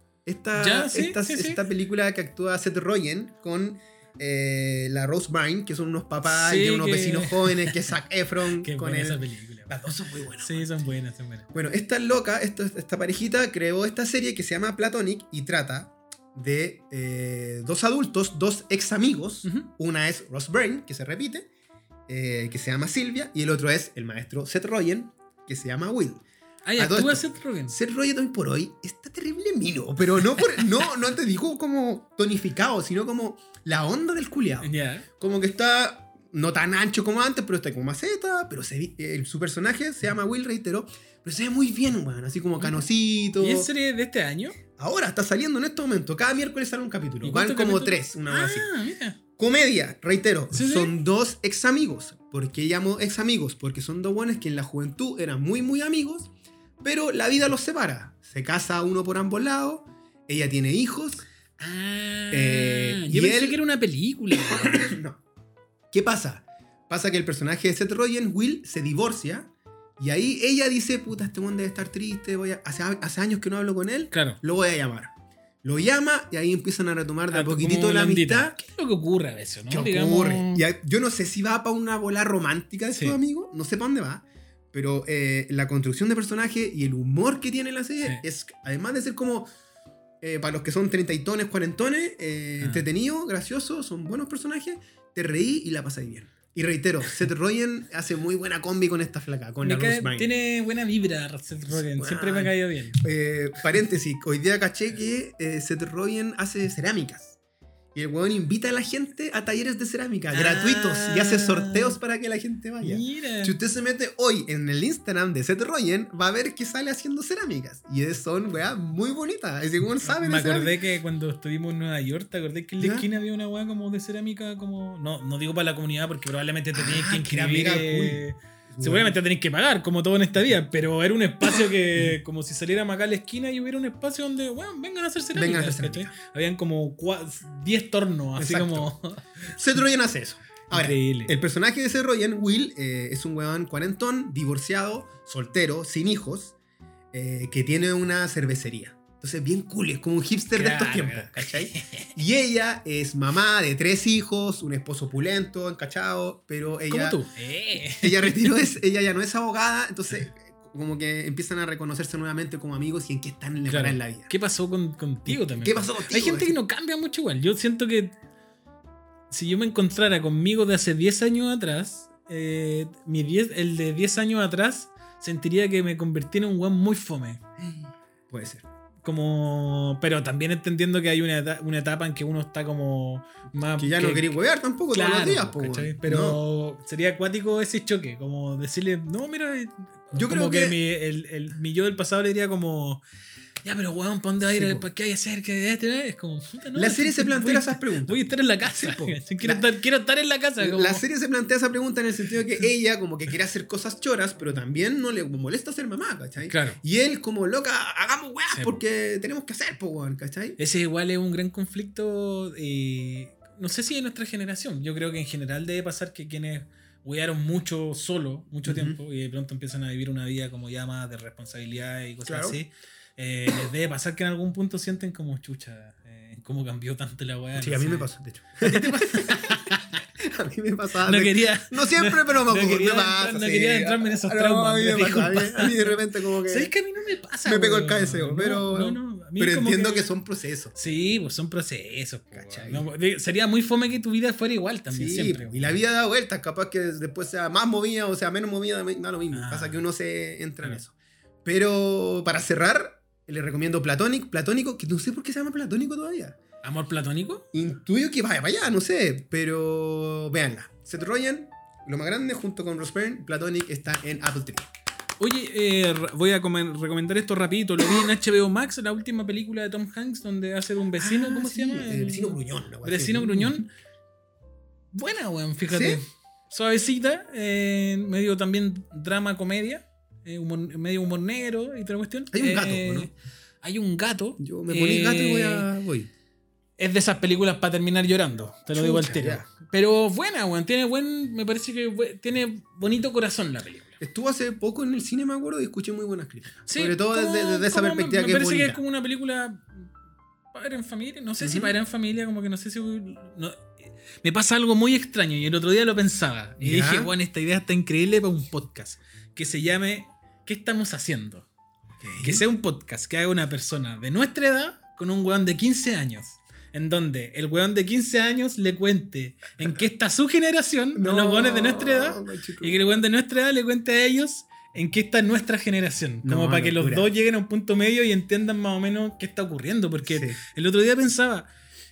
Esta película que actúa Seth Rogen con la Rose Byrne, que son unos papás y unos vecinos jóvenes, que es Zac Efron. Qué con buena esa película. Las dos son muy buenas. Sí, son buenas. Bueno, esta loca, esta parejita creó esta serie que se llama Platonic y trata de dos adultos, dos ex amigos. Una es Rose Byrne, que se repite, que se llama Silvia, y el otro es el maestro Seth Rogen, que se llama Will. ¿Actúa Seth Rogen? Seth Rogen hoy por hoy está terrible mino, pero no te digo como tonificado, sino como la onda del culiao. Como que está no tan ancho como antes, pero está como maceta, pero su personaje se llama Will, reitero, pero se ve muy bien, weón, así como canosito. ¿Y es serie de este año? Ahora está saliendo en este momento, cada miércoles sale un capítulo. Van como 3, una vez así. Mira. Comedia, reitero, son dos ex amigos. ¿Por qué llamo ex amigos? Porque son dos buenos que en la juventud eran muy, muy amigos, pero la vida los separa. Se casa uno por ambos lados, ella tiene hijos. Yo pensé que era una película. No. ¿Qué pasa? Pasa que el personaje de Seth Rogen, Will, se divorcia. Y ahí ella dice, puta, este hombre debe estar triste, hace años que no hablo con él, lo voy a llamar. Lo llama y ahí empiezan a retomar de a poquitito la amistad. ¿Qué es lo que ocurre a veces, no? ¿Qué ocurre? Yo no sé si va para una bola romántica de su amigo, no sé para dónde va, pero la construcción de personaje y el humor que tiene la serie es, además de ser como, para los que son treintatones, cuarentones, entretenido, gracioso, son buenos personajes, te reí y la pasáis bien. Y reitero, Seth Rogen hace muy buena combi con esta flaca, con la Rose Byrne. Tiene buena vibra Seth Rogen, siempre me ha caído bien. Paréntesis, hoy día caché que Seth Rogen hace cerámicas. Y el weón invita a la gente a talleres de cerámica gratuitos y hace sorteos para que la gente vaya. Mira. Si usted se mete hoy en el Instagram de Seth Rogen, va a ver que sale haciendo cerámicas. Y son weá muy bonitas. Ese weón sabe. Me acordé que cuando estuvimos en Nueva York, ¿te acordás que en la esquina había una weá como de cerámica? Como no digo para la comunidad porque probablemente te tenías que inscribir. Seguramente tenéis que pagar, como todo en esta vida, pero era un espacio que, como si saliéramos acá a la esquina y hubiera un espacio donde, bueno, vengan a hacer cerámica. Habían como 10 tornos, así como. Seth Rogen hace eso. Ahora, increíble. El personaje de Seth Rogen, Will, es un weón cuarentón, divorciado, soltero, sin hijos, que tiene una cervecería. Entonces, bien cool, es como un hipster de estos tiempos, ¿cachai? Y ella es mamá de 3 hijos, un esposo opulento, encachado, pero ella... ¿Cómo tú? Ella ya no es abogada, entonces como que empiezan a reconocerse nuevamente como amigos y en qué están en la vida. ¿Qué pasó contigo también? ¿Qué pasó contigo? Hay gente que no cambia mucho igual. Yo siento que si yo me encontrara conmigo de hace 10 años atrás, el de 10 años atrás, sentiría que me convertí en un weón muy fome. Puede ser. Pero también entendiendo que hay una etapa en que uno está como más... Que ya no quería huevear tampoco, claro, todos los días, pero no. Sería acuático ese choque, como decirle, no, mira... Yo como creo que mi yo del pasado le diría como... Ya, pero weón, ¿para dónde va a ir? ¿Para qué hay que hacer? Es como... Puta, no, la serie se plantea esas preguntas. Voy a estar en la casa. Quiero estar en la casa. Como... La serie se plantea esa pregunta en el sentido de que ella como que quiere hacer cosas choras, pero también no le molesta ser mamá, ¿cachai? Claro. Y él como, loca, hagamos weas porque tenemos que hacer, weón, ¿cachai? Ese igual es un gran conflicto, no sé si de nuestra generación. Yo creo que en general debe pasar que quienes wearon mucho tiempo, y de pronto empiezan a vivir una vida como ya más de responsabilidad y cosas así. Les debe pasar que en algún punto sienten como chucha, cómo cambió tanto la weá. Sí, no a mí sé. me pasó, de hecho. A mí me pasaba. No siempre, pero me pasa. No quería entrarme en esos traumas. A mí de repente como que... ¿Sabes que a mí no me pasa? Me pegó el KSO, pero... No. Pero entiendo que son procesos. Sí, pues son procesos, ¿cachai? No, sería muy fome que tu vida fuera igual también, siempre. Y la vida da vueltas, capaz que después sea más movida o sea menos movida, da lo mismo. Pasa que uno se entra en eso. Pero para cerrar, le recomiendo Platónico, que no sé por qué se llama Platónico todavía. ¿Amor platónico? Intuyo que vaya para allá, no sé, pero véanla. Seth Rogen, lo más grande, junto con Ross Byrne, Platonic está en Apple TV. Oye, voy a recomendar esto rapidito. Lo vi en HBO Max, la última película de Tom Hanks, donde hace de un vecino, ¿cómo se llama? El vecino gruñón. Vecino gruñón. Buena, weón, fíjate. ¿Sí? Suavecita, medio también drama, comedia, medio humor negro y toda la cuestión. Hay un gato, ¿no? Hay un gato. Yo me poní gato y voy. Es de esas películas para terminar llorando, te lo digo al tiro. Pero buena, weón. Me parece que tiene bonito corazón la película. Estuvo hace poco en el cine, me acuerdo, y escuché muy buenas críticas. Sí, sobre todo desde esa perspectiva que es bonita. Me parece que es como una película padre en familia. No sé si padre en familia, como que no sé si... No, me pasa algo muy extraño y el otro día lo pensaba. Y dije, bueno, esta idea está increíble para un podcast. Que se llame ¿Qué estamos haciendo? Okay. Que sea un podcast que haga una persona de nuestra edad con un weón de 15 años. En donde el weón de 15 años le cuente en qué está su generación, a los weones de nuestra edad, y que el weón de nuestra edad le cuente a ellos en qué está nuestra generación. Como para que los dos lleguen a un punto medio y entiendan más o menos qué está ocurriendo. Porque el otro día pensaba,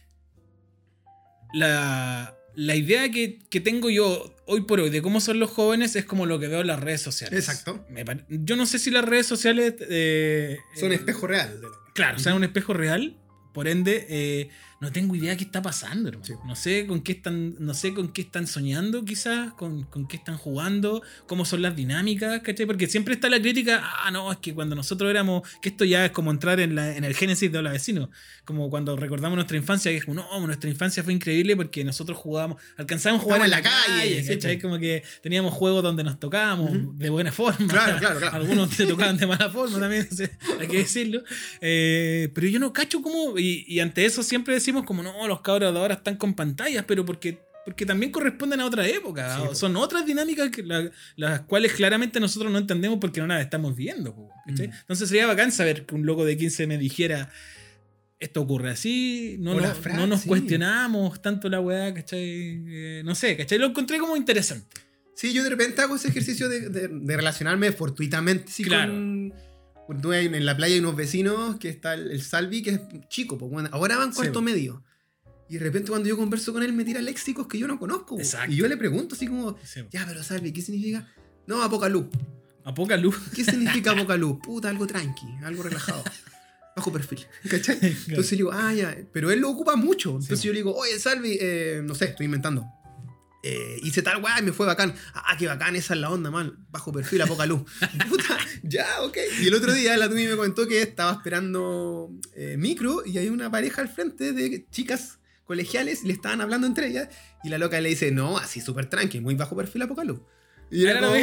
la idea que tengo yo hoy por hoy de cómo son los jóvenes es como lo que veo en las redes sociales. Exacto. Yo no sé si las redes sociales... son espejo real. Claro, son un espejo real. Por ende, no tengo idea de qué está pasando, hermano. Sí. No sé con qué están soñando, quizás, con qué están jugando, cómo son las dinámicas, ¿cachai? Porque siempre está la crítica, no, es que cuando nosotros éramos, que esto ya es como entrar en el génesis de Hola Vecino, como cuando recordamos nuestra infancia, que es como, no, nuestra infancia fue increíble porque nosotros alcanzábamos a jugar en la calle, ¿cachai? Sí. Como que teníamos juegos donde nos tocábamos de buena forma. Claro. Algunos te tocaban de mala forma también, o sea, hay que decirlo. Pero yo no cacho cómo, y ante eso siempre decimos como, no, los cabros de ahora están con pantallas, pero porque también corresponden a otra época. Sí, son otras dinámicas que las cuales claramente nosotros no entendemos porque no las estamos viendo. Entonces sería bacán saber que un loco de 15 me dijera, esto ocurre así, no nos cuestionamos tanto la weá, ¿cachai? No sé, ¿cachai? Lo encontré como interesante. Sí, yo de repente hago ese ejercicio de relacionarme fortuitamente claro. En la playa hay unos vecinos que está el Salvi, que es chico, pues, bueno, ahora van cuarto medio. Y de repente cuando yo converso con él me tira léxicos que yo no conozco. Exacto. Y yo le pregunto así como, ya, pero Salvi, ¿qué significa? No, Apocaluz. ¿Apocaluz? ¿Qué significa Apocaluz? Puta, algo tranqui, algo relajado. Bajo perfil, ¿cachai? Entonces yo digo, ya. Pero él lo ocupa mucho. Entonces yo le digo, oye, Salvi, no sé, estoy inventando. Hice tal weá y me fue bacán. Qué bacán, esa es la onda, man. Bajo perfil, Apocaluz. Puta, ya, ok. Y el otro día la Tumi me comentó que estaba esperando micro y hay una pareja al frente de chicas colegiales y le estaban hablando entre ellas. Y la loca le dice, no, así súper tranqui, muy bajo perfil Apocalipsis. Y era como,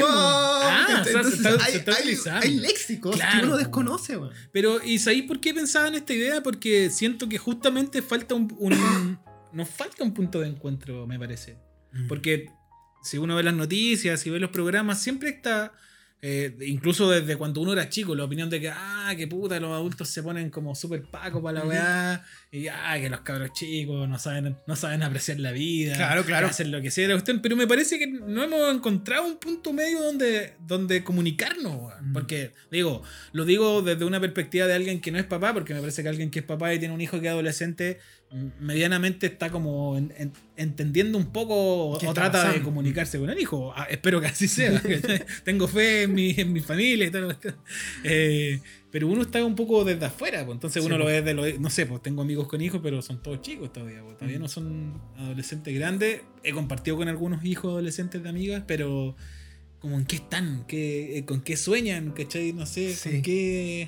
entonces hay léxicos que uno desconoce, man. Pero, ¿y sabéis por qué pensaba en esta idea? Porque siento que justamente falta nos falta un punto de encuentro, me parece. Porque si uno ve las noticias, si ve los programas, siempre está... incluso desde cuando uno era chico, la opinión de que que puta, los adultos se ponen como súper pacos para la weá, y que los cabros chicos no saben apreciar la vida, claro. hacen lo que sea la cuestión, pero me parece que no hemos encontrado un punto medio donde comunicarnos, porque lo digo desde una perspectiva de alguien que no es papá, porque me parece que alguien que es papá y tiene un hijo que es adolescente medianamente está como entendiendo un poco o trata de comunicarse con el hijo. Espero que así sea. Tengo fe en mi familia y tal. Pero uno está un poco desde afuera, pues. Entonces uno lo ve no sé, pues tengo amigos con hijos, pero son todos chicos todavía, pues. Todavía no son adolescentes grandes. He compartido con algunos hijos adolescentes de amigas, pero como en qué están, con qué sueñan, ¿cachai? No sé, con qué...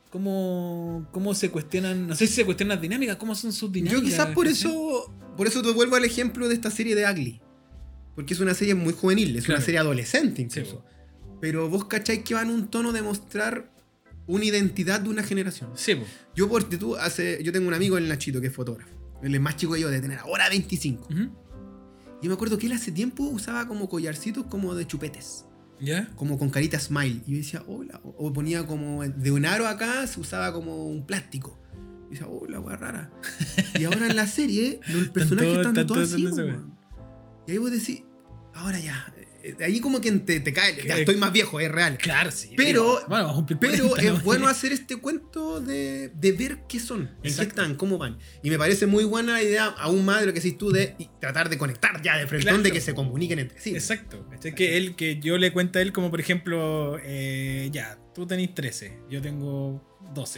¿Cómo se cuestionan? No sé si se cuestionan las dinámicas, ¿cómo son sus dinámicas? Yo quizás por eso te vuelvo al ejemplo de esta serie de Ugly. Porque es una serie muy juvenil, es una serie adolescente incluso. Sí, pero vos cacháis que va en un tono de mostrar una identidad de una generación. Sí, yo tengo un amigo, el Nachito, que es fotógrafo. Él es más chico que yo, de tener ahora 25. Yo me acuerdo que él hace tiempo usaba como collarcitos como de chupetes. ¿Ya? Como con carita smile. Y yo decía, hola. O ponía como de un aro acá, se usaba como un plástico. Y decía, hola, wea rara. Y ahora en la serie, los personajes están todos así. Y ahí vos decís, ahora ya. Ahí como que te cae, ya estoy más viejo, es real. Claro, sí. Pero es bueno hacer este cuento de ver qué son, en qué están, cómo van. Y me parece muy buena la idea, aún más de lo que decís tú, de tratar de conectar ya de frente, de que se comuniquen entre sí. Exacto. Que yo le cuento a él como, por ejemplo, ya, tú tenés 13, yo tengo 12.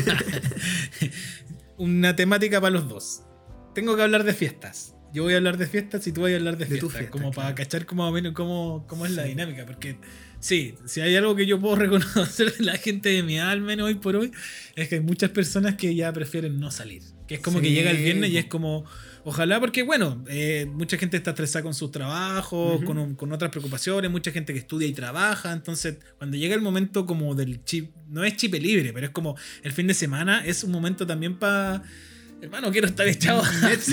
Una temática para los dos. Tengo que hablar de fiestas. Yo voy a hablar de fiestas y tú vas a hablar de fiestas, fiesta, como para cachar más o menos cómo es la dinámica. Porque sí, si hay algo que yo puedo reconocer de la gente de mi edad, al menos hoy por hoy, es que hay muchas personas que ya prefieren no salir. Que es como que llega el viernes y es como, ojalá, porque bueno, mucha gente está estresada con sus trabajos, con otras preocupaciones, mucha gente que estudia y trabaja. Entonces, cuando llega el momento como del chip, no es chip libre, pero es como el fin de semana, es un momento también para... Hermano, quiero estar echado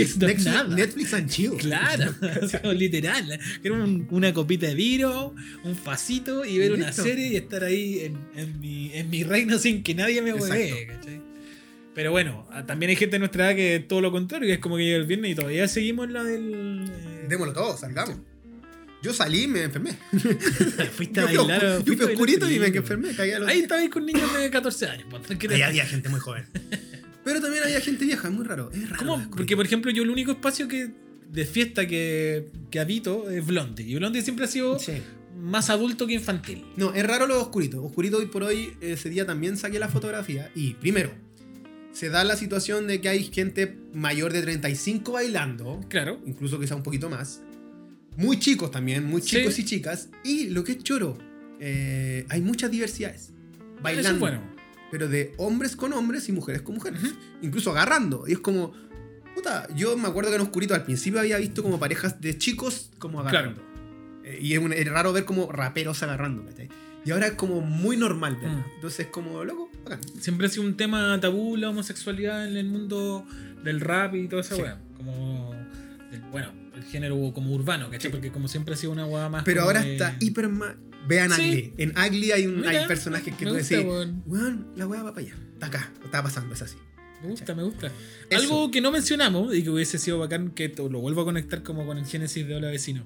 Netflix and chill. Claro, literal. Quiero una copita de vino, un pasito y ver una serie y estar ahí en mi reino sin que nadie me hueve, ¿cachai? Pero bueno, también hay gente de nuestra edad que es todo lo contrario, que es como que llega el viernes y todavía seguimos la del... Démoslo todo, salgamos. Yo salí y me enfermé. Fuiste a bailar. Yo fui oscurito y me enfermé. Ahí estabais con niños de 14 años. Ahí había gente muy joven. Pero también había gente vieja, es muy raro. Es raro. ¿Cómo? Porque, por ejemplo, yo el único espacio de fiesta que habito es Blondie. Y Blondie siempre ha sido más adulto que infantil. No, es raro lo oscurito. Oscurito hoy por hoy, ese día también saqué la fotografía. Y primero, se da la situación de que hay gente mayor de 35 bailando. Claro. Incluso quizá un poquito más. Muy chicos también, muy chicos y chicas. Y lo que es choro, hay muchas diversidades. Bailando. Eso es bueno. Pero de hombres con hombres y mujeres con mujeres. Incluso agarrando. Y es como... Puta, yo me acuerdo que en Oscurito al principio había visto como parejas de chicos como agarrando. Claro. Y es raro ver como raperos agarrando, ¿sí? Y ahora es como muy normal verlo. Entonces es como, loco, bacán. Siempre ha sido un tema tabú la homosexualidad en el mundo del rap y toda esa weá. Como... el género como urbano, ¿cachai? Porque como siempre ha sido una weá más... Pero ahora está hiper más... Vean Ugly. En Ugly hay personajes que tú decís, weón, la weá va para allá. Está acá, está pasando, es así. Me gusta. Eso. Algo que no mencionamos y que hubiese sido bacán, que lo vuelvo a conectar como con el génesis de Hola Vecino.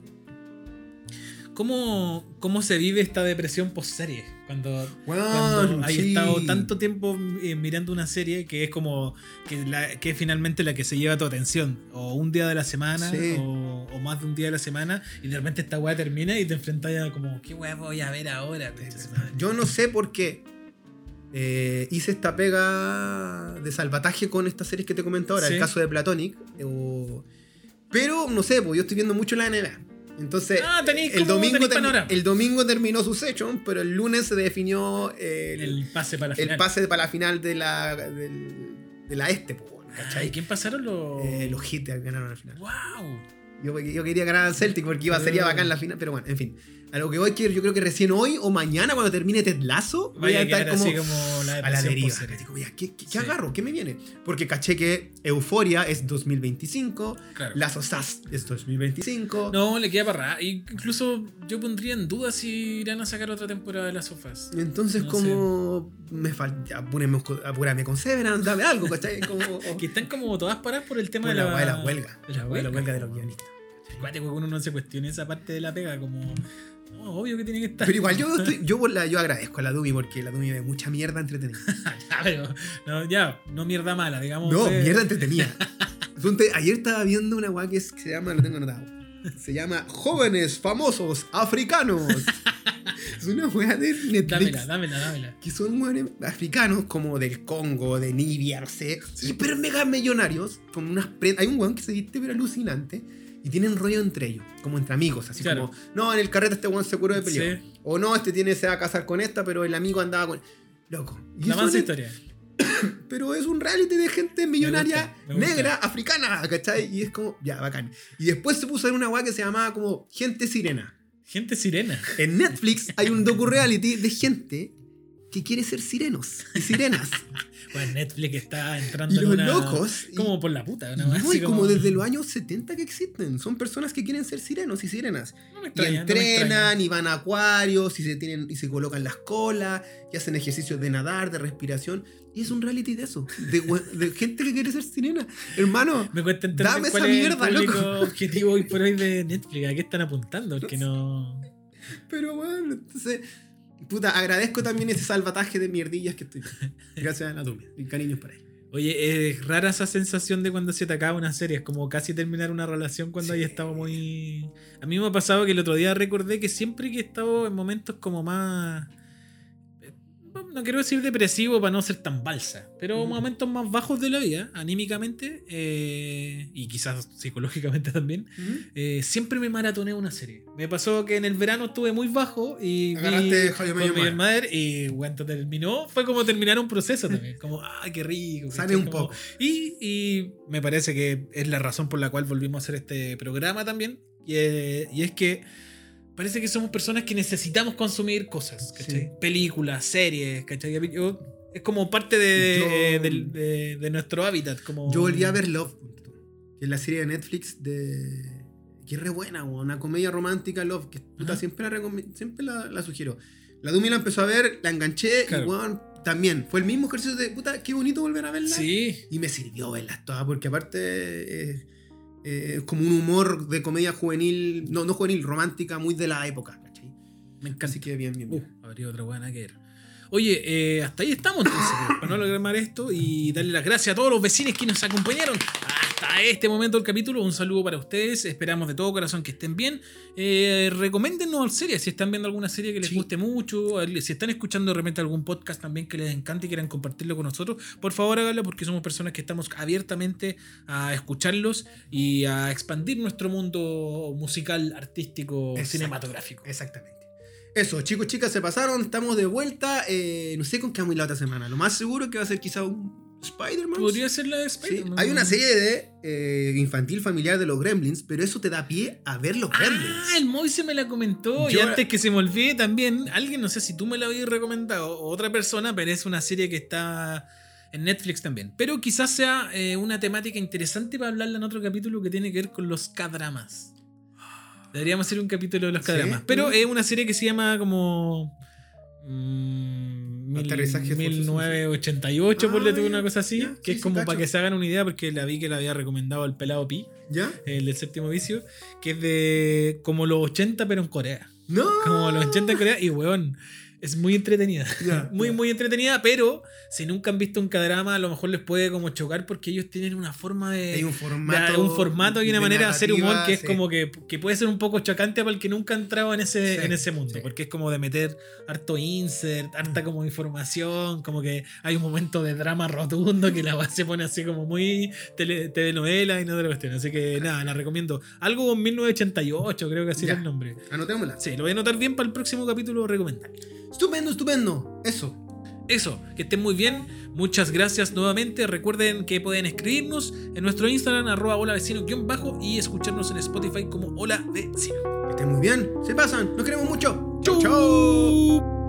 ¿Cómo se vive esta depresión post-serie? Cuando hay estado tanto tiempo mirando una serie que es como que es finalmente la que se lleva tu atención. O un día de la semana, o más de un día de la semana, y de repente esta weá termina y te enfrentas a como, ¿qué weá voy a ver ahora? Yo no sé por qué hice esta pega de salvataje con estas series que te comento ahora, el caso de Platonic. Pero no sé, pues yo estoy viendo mucho la NBA. Entonces, el domingo terminó su session, pero el lunes se definió el pase para la final. El pase para la final de la este, pues, ¿Cachai? ¿Quién pasaron los Heat ganaron la final. ¡Wow! Yo quería ganar al Celtic porque sería bacán la final, pero bueno, en fin. A lo que voy, que yo creo que recién hoy o mañana, cuando termine Ted Lasso, voy a estar como a la deriva. Digo, ¿qué agarro? ¿Qué me viene? Porque caché que Euphoria es 2025, claro. Last of Us es 2025. No, le queda para rato. Incluso yo pondría en duda si irán a sacar otra temporada de Last of Us. Entonces, me falta, apúrame con Severance, dame algo, ¿cachai? Que están como todas paradas por el tema de la huelga. La huelga de los guionistas. Igual uno no se cuestiona esa parte de la pega, como... No, obvio que tiene que estar. Pero igual yo agradezco a la Dumi porque la Dumi ve mucha mierda entretenida. Pero, no mierda mala, digamos. No, mierda entretenida. Ayer estaba viendo una weá que se llama, lo tengo anotado. Se llama Jóvenes Famosos Africanos. Es una weá de Netflix. Dámela. Que son weones africanos como del Congo, de Nibia, no sé. Sí. Hiper mega millonarios. Con unas hay un weón que se viste pero alucinante. Y tienen rollo entre ellos, como entre amigos, así claro. Como, no, en el carrete este weón se curó de pelea. Sí. O no, se va a casar con esta, pero el amigo andaba con... Loco. Y la mansa historia. Pero es un reality de gente millonaria, me gusta. Negra, africana, ¿cachai? Y es como, ya, bacán. Y después se puso en una weá que se llamaba como Gente Sirena. Gente Sirena. En Netflix hay un docu-reality de gente que quiere ser sirenos y sirenas. Bueno, Netflix está entrando en una... locos. Como por la puta, ¿no? No, y como desde los años 70 que existen. Son personas que quieren ser sirenos y sirenas. No me extraña, y entrenan, y van a acuarios, y se colocan las colas, y hacen ejercicios de nadar, de respiración. Y es un reality de eso. De gente que quiere ser sirena. Hermano, me cuesta entender dame cuál esa es mierda, el loco. objetivo hoy por hoy de Netflix. ¿A qué están apuntando? Porque no... Pero bueno, entonces... Puta, agradezco también ese salvataje de mierdillas que estoy. Gracias a la Dumi. Y cariños para ella. Oye, es rara esa sensación de cuando se te acaba una serie. Es como casi terminar una relación cuando hay estado muy... A mí me ha pasado que el otro día recordé que siempre que he estado en momentos como más... No quiero decir depresivo para no ser tan balsa, pero momentos más bajos de la vida, anímicamente y quizás psicológicamente también, siempre me maratoneé una serie. Me pasó que en el verano estuve muy bajo y agarraste How I Met Your Mother y cuando terminó fue como terminar un proceso también, como ¡ay, qué rico! Sale un poco. Y me parece que es la razón por la cual volvimos a hacer este programa también, y es que parece que somos personas que necesitamos consumir cosas, ¿cachai? Sí. Películas, series, ¿cachai? Es como parte de nuestro hábitat. Como... Yo volví a ver Love, que es la serie de Netflix que es re buena, una comedia romántica, Love, que puta, siempre la sugiero. La Dumi la empezó a ver, la enganché, claro. Y bueno, también fue el mismo ejercicio de puta, qué bonito volver a verla. Sí. Y me sirvió verlas todas, porque aparte... es como un humor de comedia juvenil, no juvenil, romántica, muy de la época, ¿cachai? Me encanta. Así que bien. Habría otra buena que era. Oye, hasta ahí estamos entonces, para no lograr esto y darle las gracias a todos los vecinos que nos acompañaron hasta este momento del capítulo. Un saludo para ustedes, esperamos de todo corazón que estén bien. Recomiéndennos series, si están viendo alguna serie que les guste mucho, si están escuchando de repente algún podcast también que les encante y quieran compartirlo con nosotros, por favor háganlo, porque somos personas que estamos abiertamente a escucharlos y a expandir nuestro mundo musical, artístico, cinematográfico. Exactamente. Eso, chicos, chicas, se pasaron, estamos de vuelta. No sé con qué vamos a ir la otra semana. Lo más seguro que va a ser quizá un Spider-Man. Podría ser la de Spider-Man. Sí. Hay una serie de infantil familiar de los Gremlins, pero eso te da pie a ver los Gremlins. El Moise me la comentó. Y antes que se me olvide también, alguien, no sé si tú me la habías recomendado o otra persona, pero es una serie que está en Netflix también. Pero quizás sea una temática interesante para hablarla en otro capítulo que tiene que ver con los K-dramas. Deberíamos hacer un capítulo de los K-dramas. ¿Sí? Pero es una serie que se llama como... 1988, por decir una cosa así. Ya, que sí, es como para que se hagan una idea, porque la vi que la había recomendado el pelado Pi. ¿Ya? El del Séptimo Vicio. Que es de como los 80, pero en Corea. ¡No! Como los 80 en Corea. Y weón, es muy entretenida. Muy entretenida, pero si nunca han visto un K-drama, a lo mejor les puede como chocar, porque ellos tienen una forma de... Hay un formato y una manera de hacer humor que es como que puede ser un poco chocante para el que nunca ha entrado en ese mundo. Porque es como de meter harto insert, harta como información, como que hay un momento de drama rotundo que la base se pone así como muy telenovela y no de la cuestión. Así que nada, la recomiendo. Algo con 1988, creo que así era el nombre. Anotémosla. Sí, lo voy a anotar bien para el próximo capítulo recomendar. Estupendo. Eso. Eso, que estén muy bien. Muchas gracias nuevamente. Recuerden que pueden escribirnos en nuestro Instagram, @holavecino_ y escucharnos en Spotify como Hola Vecino. Que estén muy bien. Se pasan. Nos queremos mucho. Chau.